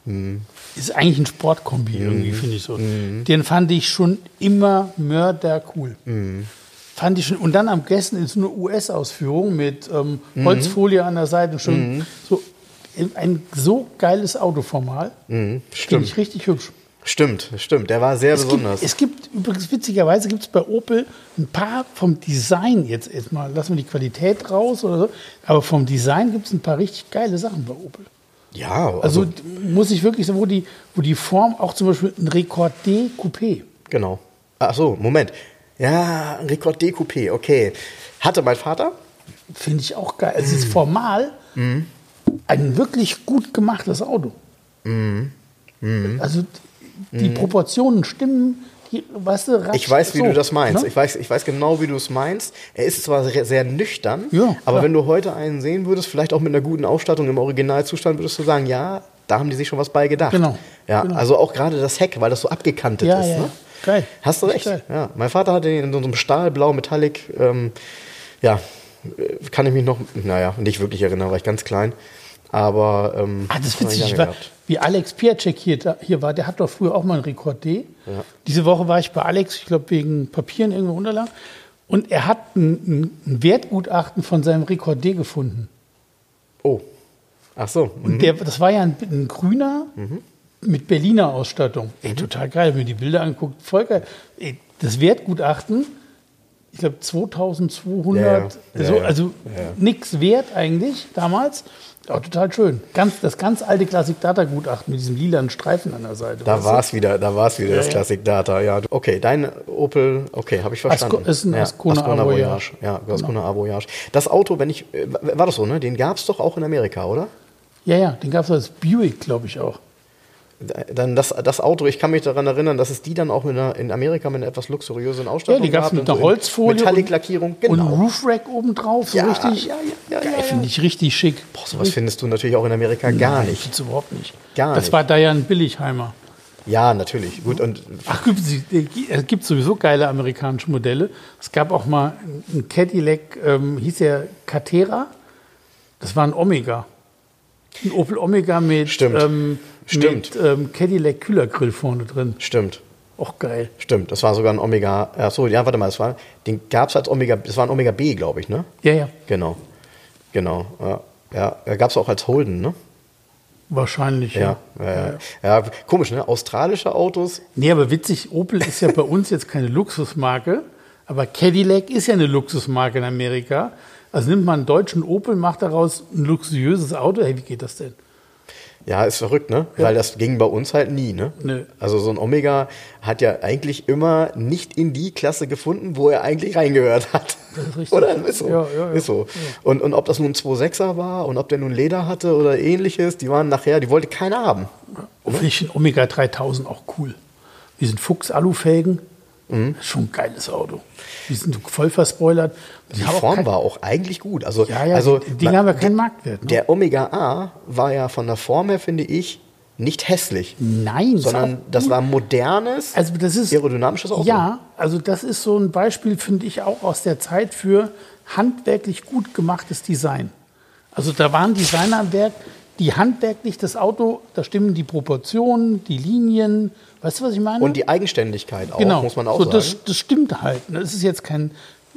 Ist eigentlich ein Sportkombi irgendwie, finde ich so. Den fand ich schon immer mördercool. Fand ich schon. Und dann am besten in so einer U S-Ausführung mit ähm, Holzfolie an der Seite. Schon so ein so geiles Auto formal. Finde Stimmt. ich richtig hübsch. Stimmt, stimmt. Der war sehr Es gibt, besonders. es gibt übrigens witzigerweise gibt es bei Opel ein paar vom Design jetzt erstmal, lassen wir die Qualität raus oder so, aber vom Design gibt es ein paar richtig geile Sachen bei Opel. ja, Also, also, muss ich wirklich sagen, wo die, wo die Form auch zum Beispiel ein Rekord D Coupé. genau. Ach so, Moment. Ja, Rekord D Coupé, okay. Hatte mein Vater? Finde ich auch geil. Es ist formal ein wirklich gut gemachtes Auto. Also die Proportionen stimmen, die, weißt du, Ich weiß, wie so, du das meinst. Ne? Ich weiß, ich weiß genau, wie du es meinst. Er ist zwar sehr, sehr nüchtern, Ja, aber klar. wenn du heute einen sehen würdest, vielleicht auch mit einer guten Ausstattung im Originalzustand, würdest du sagen, ja, da haben die sich schon was bei gedacht. Genau, Ja, genau. also auch gerade das Heck, weil das so abgekantet Ja, ist. ja, Ne? ja. Geil. Hast du recht. Geil. Ja, mein Vater hatte den in so einem Stahlblau Metallic. Ähm, ja, äh, kann ich mich noch, naja, nicht wirklich erinnern, war ich ganz klein. Aber ähm, Ah, das ist hab ich witzig, lange ich war, gehabt. wie Alex Piacek hier, da- hier war, der hat doch früher auch mal einen Rekord D. Ja. Diese Woche war ich bei Alex, ich glaube wegen Papieren irgendwo Unterlagen. Und er hat ein, ein, ein Wertgutachten von seinem Rekord D gefunden. Oh, ach so. Und der, das war ja ein, ein grüner mit Berliner Ausstattung. Ey, total geil, wenn man die Bilder anguckt, voll geil. Ey, das Wertgutachten, ich glaube zweitausendzweihundert, Ja, ja. so, Ja, ja. also Ja, ja. nix wert eigentlich damals. Auch total schön. Ganz, das ganz alte Classic-Data-Gutachten mit diesem lilanen Streifen an der Seite. Da weißt du? war es wieder, da war es wieder, Ja, das ja. Classic Data. Ja, du- okay, dein Opel, okay, habe ich verstanden. Asco- ist ein ja, Ascona Ascona Voyage. Voyage. Ja, Ascona A Voyage. Das Auto, wenn ich, äh, war das so, ne? Den gab es doch auch in Amerika, oder? Ja, ja, den gab es als Buick, glaube ich, auch. Dann das, das Auto, ich kann mich daran erinnern, dass es die dann auch mit einer, in Amerika mit einer etwas luxuriösen Ausstattung Ja, die gab es gab, mit und einer so in Holzfolie Metallic-Lackierung, und, und genau. ein Roofrack obendrauf, so Ja, richtig. ja, ja, ja, geil, ja, ja. finde ich richtig schick. Boah, sowas findest du natürlich auch in Amerika gar Nein, nicht. find's überhaupt nicht. Gar das nicht. war da ja ein Billigheimer. Ja, natürlich. Gut, und Ach, gibt es es gibt sowieso geile amerikanische Modelle. Es gab auch mal ein Cadillac, ähm, hieß ja Catera. Das war ein Omega. Ein Opel Omega mit, Stimmt. ähm, Stimmt. mit ähm, Cadillac Kühlergrill vorne drin. stimmt. Auch geil. Stimmt, das war sogar ein Omega. Ach so, ja, warte mal, das war, den gab es als Omega, das war ein Omega B, glaube ich, ne? Ja, ja, Genau. Genau. Ja, ja. ja gab es auch als Holden, ne? wahrscheinlich. Ja. Ja, ja, ja. ja. Komisch, ne? Australische Autos. Nee, aber witzig, Opel ist ja bei uns jetzt keine Luxusmarke, aber Cadillac ist ja eine Luxusmarke in Amerika. Also nimmt man einen deutschen Opel, macht daraus ein luxuriöses Auto. Hey, wie geht das denn? Ja, ist verrückt, ne? Weil das ging bei uns halt nie, ne? Nö. Also so ein Omega hat ja eigentlich immer nicht in die Klasse gefunden, wo er eigentlich reingehört hat. Das ist richtig. Oder? Ist so. Ja, ja, ja. Ist so. Und, und ob das nun ein zwei Komma sechser war und ob der nun Leder hatte oder ähnliches, die waren nachher, die wollte keiner haben. Und finde ich den Omega dreitausend auch cool. Die sind Fuchs-Alufelgen. Mhm. Schon ein geiles Auto. Die sind voll verspoilert. Die Form war auch eigentlich gut. Also, Ja, ja, also die Dinger haben ja keinen Marktwert. Ne? der Omega A war ja von der Form her, finde ich, nicht hässlich, Nein, ist sondern auch das gut. war ein modernes, Also das ist aerodynamisches Auto. Ja, also das ist so ein Beispiel, finde ich, auch aus der Zeit für handwerklich gut gemachtes Design. Also da waren Designer am Werk, die handwerklich das Auto, da stimmen die Proportionen, die Linien, weißt du, was ich meine? Und die Eigenständigkeit auch, genau. muss man auch so, sagen. das, das stimmt halt. Das ist jetzt kein,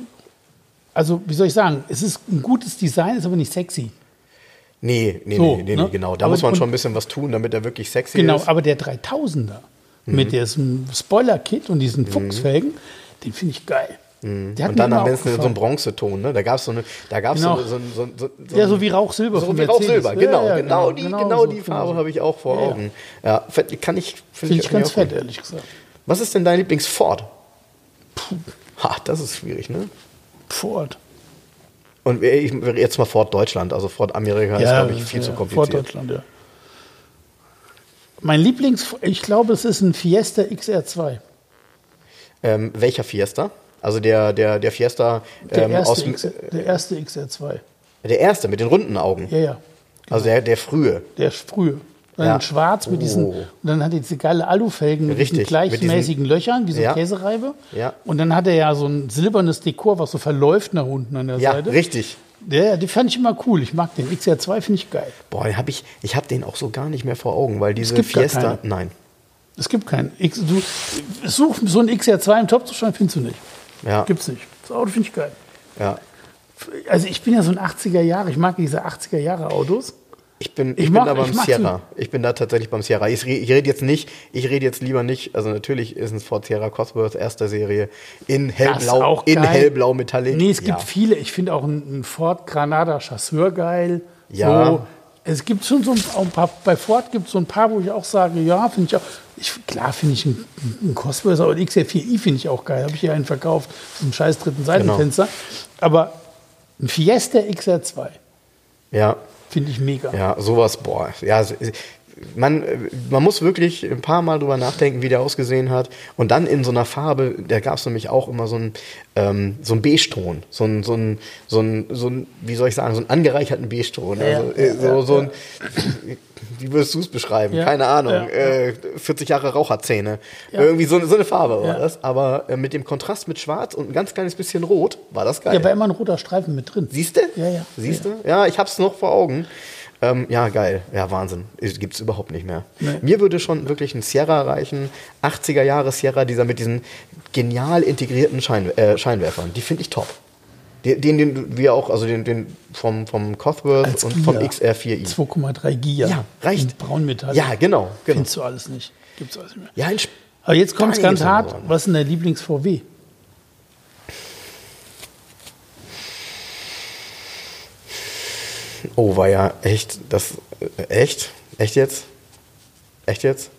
also wie soll ich sagen, es ist ein gutes Design, ist aber nicht sexy. Nee, nee, So, nee, nee, ne? nee, genau. Da Aber- muss man und- schon ein bisschen was tun, damit er wirklich sexy Genau, ist. aber der dreitausender mit diesem Spoiler-Kit und diesen Fuchsfelgen, den finde ich geil. Der hat Und mir dann immer am auch besten so ein gefallen. Bronzeton, ne? Da gab es so eine, da gab's Genau. so, so, so, so, so Ja, so wie Rauch-Silber so von wie Mercedes. Rauch-Silber, genau, Ja, ja, genau, die, genau, so, die genau Farbe so. habe ich auch vor Ja, ja. Augen. Ja, fett- kann ich, Finde ich ganz auch fett, gut. ehrlich gesagt. Was ist denn dein Lieblings-Ford? Ha, das ist schwierig, ne? Ford. Und ich, jetzt mal Ford Deutschland, also Ford Amerika ist, glaube ich, viel ja, zu Ford kompliziert. Deutschland, ja. Mein Lieblings, ich glaube, es ist ein Fiesta X R zwei. Ähm, welcher Fiesta? Also der, der, der Fiesta Der, ähm, erste aus dem, X, der erste X R zwei. der erste mit den runden Augen. Ja, ja. Also der, der frühe. Der frühe. Dann Ja. in schwarz mit diesen, Oh. und dann hat er diese geile Alufelgen mit Richtig, diesen gleichmäßigen Löchern, wie so Ja. Käsereibe. Ja. Und dann hat er ja so ein silbernes Dekor, was so verläuft nach unten an der Ja, Seite. richtig. Ja, ja, die fand ich immer cool. Ich mag den. X R zwei finde ich geil. Boah, den hab ich, ich habe den auch so gar nicht mehr vor Augen, weil diese gibt gar Fiesta, keine. nein. Es gibt keinen. X, du, such so ein X R zwei im Topzustand, findest du nicht. Ja, Gibt's nicht. Das Auto finde ich geil. ja. Also ich bin ja so ein achtziger Jahre, ich mag diese achtziger Jahre Autos. Ich bin, Ich ich mag- bin da ich beim mag Sierra. Ich bin da tatsächlich beim Sierra. Ich, re- ich rede jetzt nicht, ich rede jetzt lieber nicht, also natürlich ist ein Ford Sierra Cosworth erster Serie in hellblau, auch in geil. hellblau Metallic. Nee, es gibt ja. viele. Ich finde auch einen Ford Granada Chasseur geil. Ja. So, es gibt schon so ein, auch ein paar, bei Ford gibt es so ein paar, wo ich auch sage, ja, finde ich auch. Ich, klar finde ich einen, einen Cosworth, aber den X R vier i finde ich auch geil. Habe ich hier einen verkauft, so einem scheiß dritten Seitenfenster. Aber ein Fiesta X R zwei Ja, finde ich mega. ja, sowas, boah. Ja, man, man muss wirklich ein paar Mal drüber nachdenken, wie der ausgesehen hat. Und dann in so einer Farbe, da gab es nämlich auch immer so einen ähm, so ein Beige-Ton. So ein, so ein, so ein, so ein, wie soll ich sagen, so einen angereicherten Beige-Ton. Ja, also, äh, so, ja, so ja. ein, wie würdest du es beschreiben? Ja, Keine Ahnung. ja, ja. Äh, vierzig Jahre Raucherzähne. Ja. Irgendwie so, so eine Farbe war Ja. das. Aber äh, mit dem Kontrast mit Schwarz und ein ganz kleines bisschen Rot war das geil. Ja, war immer ein roter Streifen mit drin. Siehst du? Ja, ja. Siehst du? Ja, ich hab's noch vor Augen. Ähm, ja, geil. Ja, Wahnsinn. Gibt es überhaupt nicht mehr. Nee. Mir würde schon wirklich ein Sierra reichen. achtziger Jahre Sierra, dieser mit diesen genial integrierten Schein, äh, Scheinwerfern. Die finde ich top. Den, den, den wir auch, also den, den vom, vom Cosworth Als und Gia. vom X R vier i. zwei Komma drei Giga. Ja, reicht. In Braunmetall. Ja, genau. genau. Findest du alles nicht. Gibt's alles nicht mehr. Ja, ein Aber jetzt kommt es ganz Stein hart. geworden. Was ist denn der Lieblings-V W? Oh, war ja echt, das, äh, echt? Echt jetzt? Echt jetzt?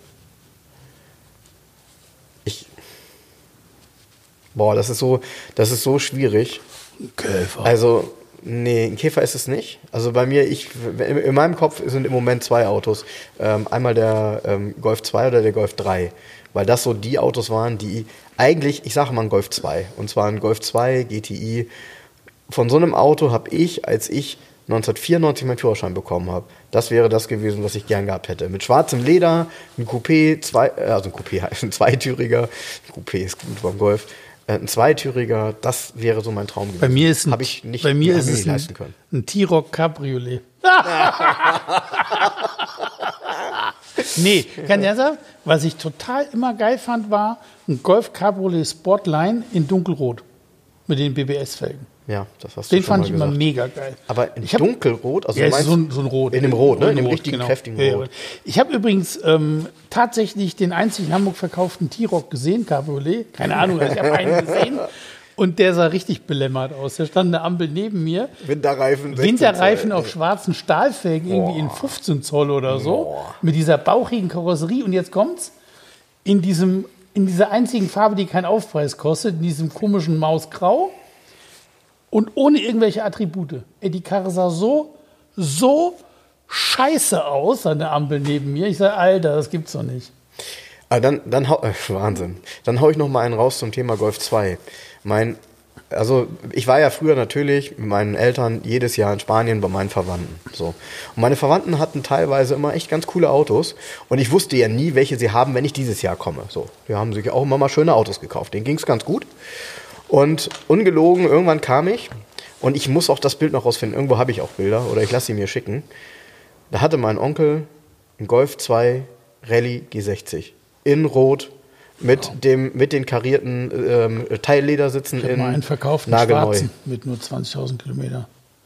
Ich, boah, das ist so, das ist so schwierig. Käfer. Also, nee, ein Käfer ist es nicht. Also bei mir, ich, in, in meinem Kopf sind im Moment zwei Autos. Ähm, einmal der ähm, Golf zwei oder der Golf drei. Weil das so die Autos waren, die eigentlich, ich sage mal ein Golf zwei. Und zwar ein Golf zwei G T I. Von so einem Auto habe ich, als ich neunzehnhundertvierundneunzig meinen Führerschein bekommen habe, das wäre das gewesen, was ich gern gehabt hätte. Mit schwarzem Leder, ein Coupé, zwei, also ein Coupé, ein zweitüriger, ein Coupé ist gut beim Golf, äh, ein zweitüriger, das wäre so mein Traum gewesen. Bei mir ist ein, Hab ich nicht, bei mir hab ist ich es nicht ein, leisten können. ein T-Roc Cabriolet. Nee, ganz ernsthaft, was ich total immer geil fand, war ein Golf Cabriolet Sportline in dunkelrot mit den B B S-Felgen. Ja, das hast du Den schon fand mal ich immer gesagt. mega geil. Aber in Ich hab- dunkelrot, also Ja, du es ist meinst so ein, so ein Rot. in dem Rot, ne? In dem Rot, richtigen, genau. kräftigen Ja, ja. Rot. Ich habe übrigens ähm, tatsächlich den einzigen in Hamburg verkauften T-Roc gesehen, Cabriolet. Keine Ahnung, ich habe einen gesehen. Und der sah richtig belämmert aus. Da stand eine Ampel neben mir. Winterreifen. sechzehn Winterreifen Zoll. auf schwarzen Stahlfelgen, irgendwie in fünfzehn Zoll oder so. Boah. Mit dieser bauchigen Karosserie. Und jetzt kommt's. In, diesem, in dieser einzigen Farbe, die keinen Aufpreis kostet, in diesem komischen Mausgrau. Und ohne irgendwelche Attribute. Ey, die Karre sah so, so scheiße aus an der Ampel neben mir. Ich sage, Alter, das gibt's doch nicht. Aber dann, dann hau, äh, Wahnsinn. Dann hau ich noch mal einen raus zum Thema Golf zwei. Mein, also ich war ja früher natürlich mit meinen Eltern jedes Jahr in Spanien bei meinen Verwandten. So. Und meine Verwandten hatten teilweise immer echt ganz coole Autos. Und ich wusste ja nie, welche sie haben, wenn ich dieses Jahr komme. So. Die haben sich auch immer mal schöne Autos gekauft. Denen ging's ganz gut. Und ungelogen, irgendwann kam ich. Und ich muss auch das Bild noch rausfinden. Irgendwo habe ich auch Bilder. Oder ich lasse sie mir schicken. Da hatte mein Onkel einen Golf zwei Rallye G sechzig. In Rot. Mit, Wow. dem, mit den karierten ähm, Teilledersitzen Ich habe in mal einen verkauft, einen nagelneu. schwarzen, mit nur zwanzigtausend Kilometer.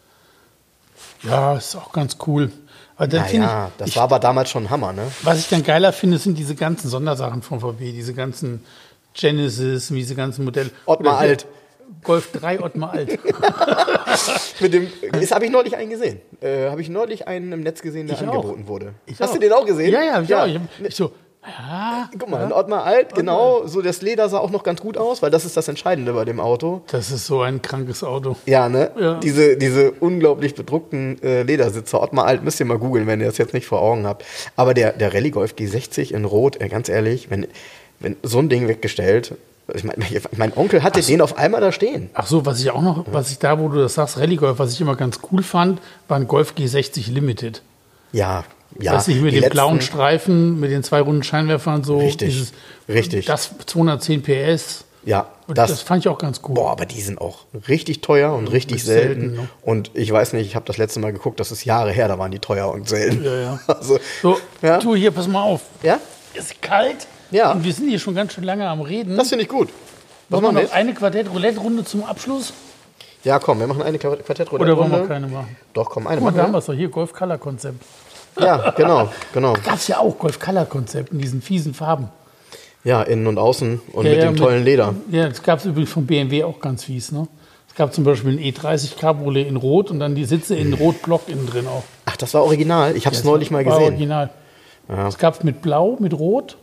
Ja, ist auch ganz cool. Aber dann finde Naja, ich, das ich, war aber damals schon ein Hammer, ne? was ich dann geiler finde, sind diese ganzen Sondersachen von V W, diese ganzen Genesis, diese ganzen Modelle. Ottmar Oder hier Alt. Golf drei Ottmar Alt. Mit dem, das habe ich neulich einen gesehen. Äh, habe ich neulich einen im Netz gesehen, der Ich auch. angeboten wurde. Ich Hast auch. du den auch gesehen? Ja, ja, ich auch. Ich, hab, ich so, ja, Guck mal, ein Ottmar Alt, genau. So das Leder sah auch noch ganz gut aus, weil das ist das Entscheidende bei dem Auto. das ist so ein krankes Auto. Ja, ne? Ja. Diese, diese unglaublich bedruckten äh, Ledersitzer. Ottmar Alt müsst ihr mal googeln, wenn ihr das jetzt nicht vor Augen habt. Aber der, der Rallye Golf G sechzig in Rot, äh, ganz ehrlich, wenn, wenn so ein Ding weggestellt, ich mein, mein Onkel hatte den auf einmal da stehen. Ach so, was ich auch noch, was ich da, wo du das sagst, Rallye Golf, was ich immer ganz cool fand, war ein Golf G sechzig Limited. Ja, ja. Weiß nicht, mit die dem blauen letzten- Streifen, mit den zwei runden Scheinwerfern so. Richtig, richtig. Das zweihundertzehn P S. Ja, Und das, das, fand ich auch ganz cool. boah, aber die sind auch richtig teuer und richtig Ist selten. selten, ne? Und ich weiß nicht, ich habe das letzte Mal geguckt, das ist Jahre her, da waren die teuer und selten. Ja, ja. Also, So, ja. du hier, pass mal auf. ja, Ist kalt. Ja. Und wir sind hier schon ganz schön lange am Reden. das finde ich gut. Was Wollen wir machen wir noch jetzt? eine Quartett-Roulette-Runde zum Abschluss? Ja, komm, wir machen eine Quartettrunde. Oder wollen wir keine machen? Doch, komm, eine Guck mal, machen da haben wir wir. es doch hier, Golf-Color-Konzept. Ja, genau, genau. Gab es ja auch Golf-Color-Konzept in diesen fiesen Farben. Ja, innen und außen und Ja, mit ja, dem mit- tollen Leder. Ja, das gab es übrigens von B M W auch ganz fies. Ne? Es gab zum Beispiel ein E dreißig Cabriolet in Rot und dann die Sitze in Rot-Block innen drin auch. Ach, das war original. Ich habe es Das neulich mal war gesehen. Original. Ja. Es gab es mit Blau, mit Rot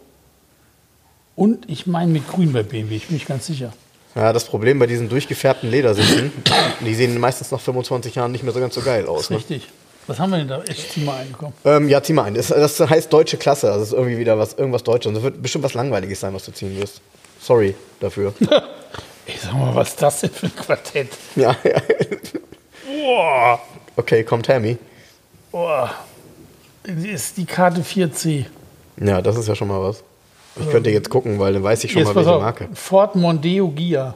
und ich meine mit Grün bei B M W, ich bin nicht ganz sicher. Ja, das Problem bei diesen durchgefärbten Ledersitzen, die sehen meistens nach fünfundzwanzig Jahren nicht mehr so ganz so geil Das aus. ist Ne? richtig. Was haben wir denn da? Ich zieh mal einen, komm. Ähm, ja, zieh mal ein. Das, das heißt deutsche Klasse. Also das ist irgendwie wieder was, irgendwas Deutsches. Und das wird bestimmt was Langweiliges sein, was du ziehen wirst. Sorry dafür. Ich sag mal, was ist das denn für ein Quartett? Ja, ja. Boah. Okay, komm, Tammy. Boah. Das ist die Karte vier C. Ja, das ist ja schon mal was. Ich könnte jetzt gucken, weil dann weiß ich schon Jetzt mal, pass welche auf. Marke. Ford Mondeo Gia.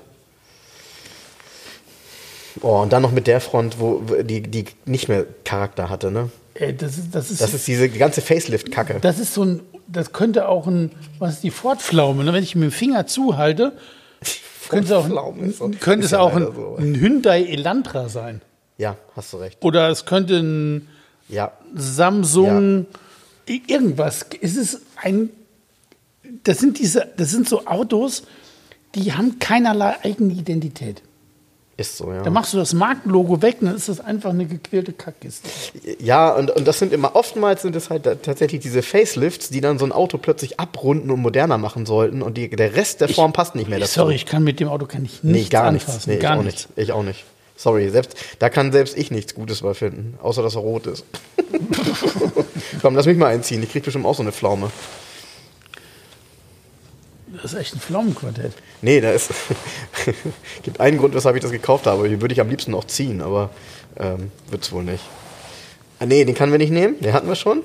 Oh, und dann noch mit der Front, wo wo die, die nicht mehr Charakter hatte, ne? Ey, das ist, das ist, Das ist diese die ganze Facelift-Kacke. das ist so ein, das könnte auch ein, was ist die Ford-Pflaume, ne? Wenn ich mit dem Finger zuhalte, könnte es auch, Pflaume ist so- könnte ist es ja auch ein, leider so. ein Hyundai Elantra sein. Ja, hast du recht. Oder es könnte ein Ja, Samsung, i- irgendwas. Es ist ein, das sind diese, das sind so Autos, die haben keinerlei eigene Identität. ist so, ja. Da machst du das Markenlogo weg, dann ist das einfach eine gequälte Kackkiste. Ja, und, und das sind immer, oftmals sind es halt da- tatsächlich diese Facelifts, die dann so ein Auto plötzlich abrunden und moderner machen sollten und die, der Rest der Form passt nicht mehr dazu. Sorry, ich kann mit dem Auto kann ich Nee, nichts gar nichts. anfassen. Nee, gar ich auch nichts. nicht. Ich auch nicht. Sorry, selbst, da kann selbst ich nichts Gutes bei finden, außer dass er rot ist. Komm, lass mich mal einziehen, ich krieg bestimmt auch so eine Pflaume. Das ist echt ein Pflaumenquartett. Nee, da ist. Gibt einen Grund, weshalb ich das gekauft habe. Den würde ich am liebsten noch ziehen, aber ähm, wird's wohl nicht. Ah, nee, den können wir nicht nehmen. Den hatten wir schon.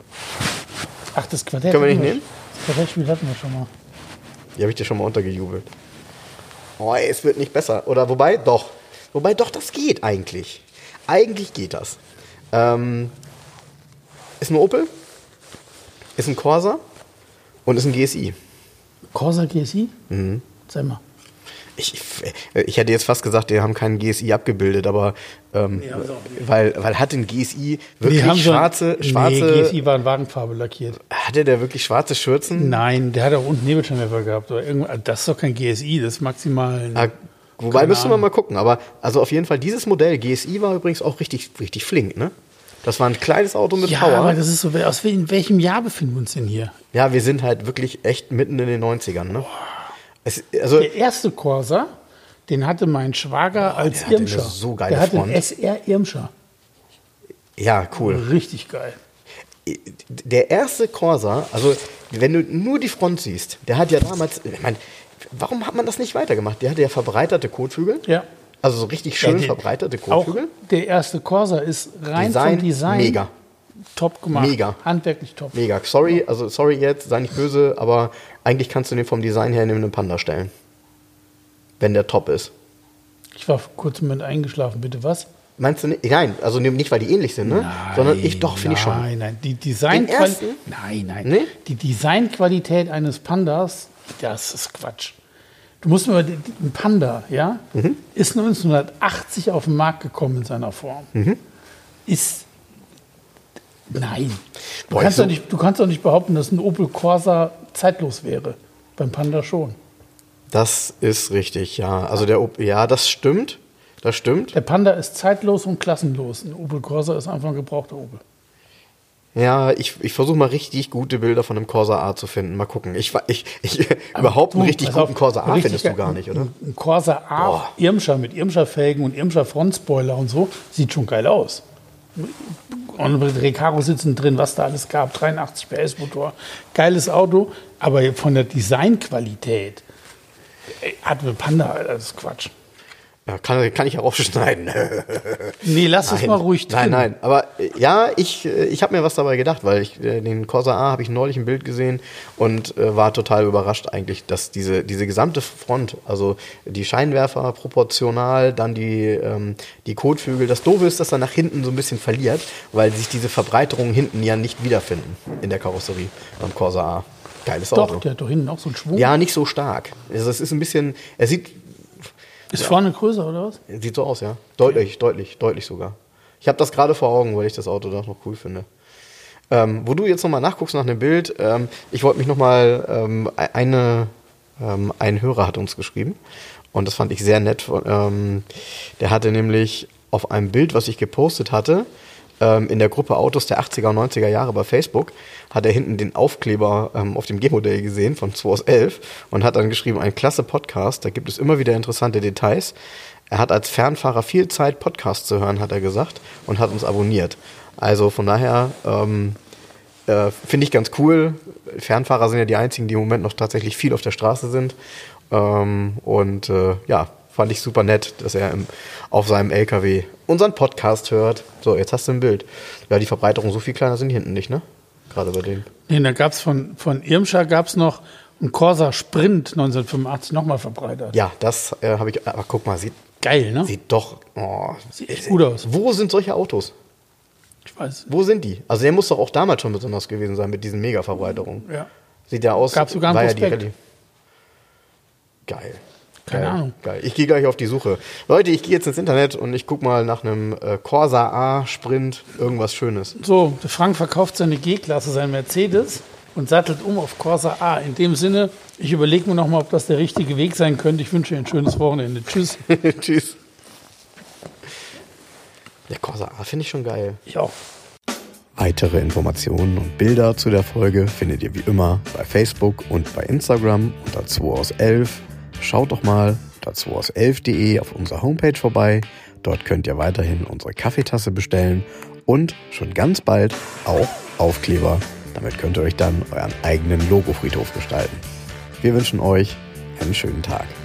Ach, das Quartett. Können wir nicht hatten nehmen? Das Quartettspiel hatten wir schon mal. Die habe ich dir schon mal untergejubelt. Oh, ey, es wird nicht besser. Oder wobei, doch. Wobei, doch, das geht eigentlich. Eigentlich geht das. Ähm, ist ein Opel, ist ein Corsa und ist ein G S I. Corsa G S I? Mhm. Sag mal. Ich, ich hätte jetzt fast gesagt, die haben keinen G S I abgebildet, aber ähm, Nee, haben sie auch nicht. weil, weil hat ein G S I wirklich Die haben so- schwarze, schwarze, Nee, G S I war in Wagenfarbe lackiert. hatte der wirklich schwarze Schürzen? Nein, der hat auch unten Nebelscheinwerfer gehabt. Oder irgendwo, das ist doch kein G S I, das ist maximal ein, Ah, wobei Keine müssen wir Ahnung. mal gucken, aber also auf jeden Fall dieses Modell G S I war übrigens auch richtig, richtig flink, ne? Das war ein kleines Auto mit Ja, Power. aber das ist so, aus wel- in welchem Jahr befinden wir uns denn hier? Ja, wir sind halt wirklich echt mitten in den neunzigern, ne? Es, also, Der erste Corsa, den hatte mein Schwager als der hatte eine Irmscher. so geile der hatte Front. einen S R Irmscher. ja, cool. Richtig geil. Der erste Corsa, also wenn du nur die Front siehst, der hat ja damals, ich meine, warum hat man das nicht weitergemacht? Der hatte ja verbreiterte Kotflügel, Ja. also so richtig schön Ja, der- verbreiterte Auch Kotflügel. der erste Corsa ist rein Design, vom Design mega. top gemacht. Mega. Handwerklich top. Mega. Sorry, also sorry jetzt, sei nicht böse, aber eigentlich kannst du den vom Design her neben einem Panda stellen. Wenn der top ist. Ich war kurz einen Moment eingeschlafen, bitte was? Meinst du nicht? Nein, also nicht, weil die ähnlich sind, ne? Sondern ich doch, finde ich schon. Nein, nein, die Den Designqualität. ersten? Nein, nein. Nee? Die Designqualität eines Pandas, das ist Quatsch. Du musst mir mal, ein Panda, ja, Mhm. ist neunzehnhundertachtzig auf den Markt gekommen in seiner Form. Mhm. Ist. Nein. Du, Boah, kannst ich doch nicht, du kannst doch nicht behaupten, dass ein Opel Corsa zeitlos wäre. Beim Panda schon. Das ist richtig, ja. Also der Op- ja, das stimmt. Das stimmt. Der Panda ist zeitlos und klassenlos. Ein Opel Corsa ist einfach ein gebrauchter Opel. Ja, ich, ich versuche mal richtig gute Bilder von einem Corsa A zu finden. Mal gucken. Ich, wa- ich, ich überhaupt einen Du, richtig pass guten auf, Corsa A richtig findest du geil. gar nicht, oder? Ein, ein Corsa A, Boah. Irmscher mit Irmscher-Felgen und Irmscher-Frontspoiler und so, sieht schon geil aus. Und mit Recaro sitzen drin, was da alles gab, dreiundachtzig P S Motor, geiles Auto, aber von der Designqualität ey, hat wir Panda, das ist Quatsch. Ja, kann, kann ich ja rausschneiden. Nee, lass es mal ruhig drin. Nein, nein. Aber äh, ja, ich, äh, ich habe mir was dabei gedacht, weil ich äh, den Corsa A habe ich neulich ein Bild gesehen und äh, war total überrascht eigentlich, dass diese, diese gesamte Front, also die Scheinwerfer proportional, dann die, ähm, die Kotflügel, das Doofe ist, dass er nach hinten so ein bisschen verliert, weil sich diese Verbreiterungen hinten ja nicht wiederfinden in der Karosserie beim Corsa A. Geiles Doch, Auto. der hat doch hinten auch so einen Schwung. Ja, nicht so stark. Also es ist ein bisschen, er sieht Ist vorne größer, oder was? Sieht so aus, ja. Deutlich, deutlich, deutlich sogar. Ich habe das gerade vor Augen, weil ich das Auto doch noch cool finde. Ähm, wo du jetzt nochmal nachguckst nach einem Bild, ähm, ich wollte mich nochmal, ähm, eine, ähm, ein Hörer hat uns geschrieben und das fand ich sehr nett. Ähm, der hatte nämlich auf einem Bild, was ich gepostet hatte, ähm, in der Gruppe Autos der achtziger und neunziger Jahre bei Facebook, hat er hinten den Aufkleber ähm, auf dem G-Modell gesehen von zwei aus elf und hat dann geschrieben, ein klasse Podcast, da gibt es immer wieder interessante Details. Er hat als Fernfahrer viel Zeit, Podcasts zu hören, hat er gesagt, und hat uns abonniert. Also von daher ähm, äh, finde ich ganz cool. Fernfahrer sind ja die einzigen, die im Moment noch tatsächlich viel auf der Straße sind. Ähm, und äh, ja, fand ich super nett, dass er im, auf seinem L K W unseren Podcast hört. So, jetzt hast du ein Bild. Ja, die Verbreiterung, so viel kleiner sind die hinten nicht, ne? Gerade bei denen. Nee, da gab es von, von Irmscher gab es noch einen Corsa Sprint neunzehnhundertfünfundachtzig nochmal verbreitert. Ja, das äh, habe ich, aber guck mal, sieht, Geil, ne? sieht doch, oh, Sieht echt gut aus. Wo sind solche Autos? Ich weiß. Wo sind die? Also der muss doch auch damals schon besonders gewesen sein mit diesen Mega-Verbreiterungen. Ja. Sieht ja aus, Gab sogar einen war ja die Prospekt. Rallye. Geil. Keine Geil, Ahnung. Geil. Ich gehe gleich auf die Suche. Leute, ich gehe jetzt ins Internet und ich gucke mal nach einem äh, Corsa A Sprint, irgendwas Schönes. So, der Frank verkauft seine G-Klasse, seinen Mercedes und sattelt um auf Corsa A. In dem Sinne, ich überlege mir nochmal, ob das der richtige Weg sein könnte. Ich wünsche Ihnen ein schönes Wochenende. Tschüss. Tschüss. Der Corsa A finde ich schon geil. Ich auch. Weitere Informationen und Bilder zu der Folge findet ihr wie immer bei Facebook und bei Instagram unter zwei aus elf. Schaut doch mal unter zwei aus elf punkt de auf unserer Homepage vorbei. Dort könnt ihr weiterhin unsere Kaffeetasse bestellen und schon ganz bald auch Aufkleber. Damit könnt ihr euch dann euren eigenen Logofriedhof gestalten. Wir wünschen euch einen schönen Tag.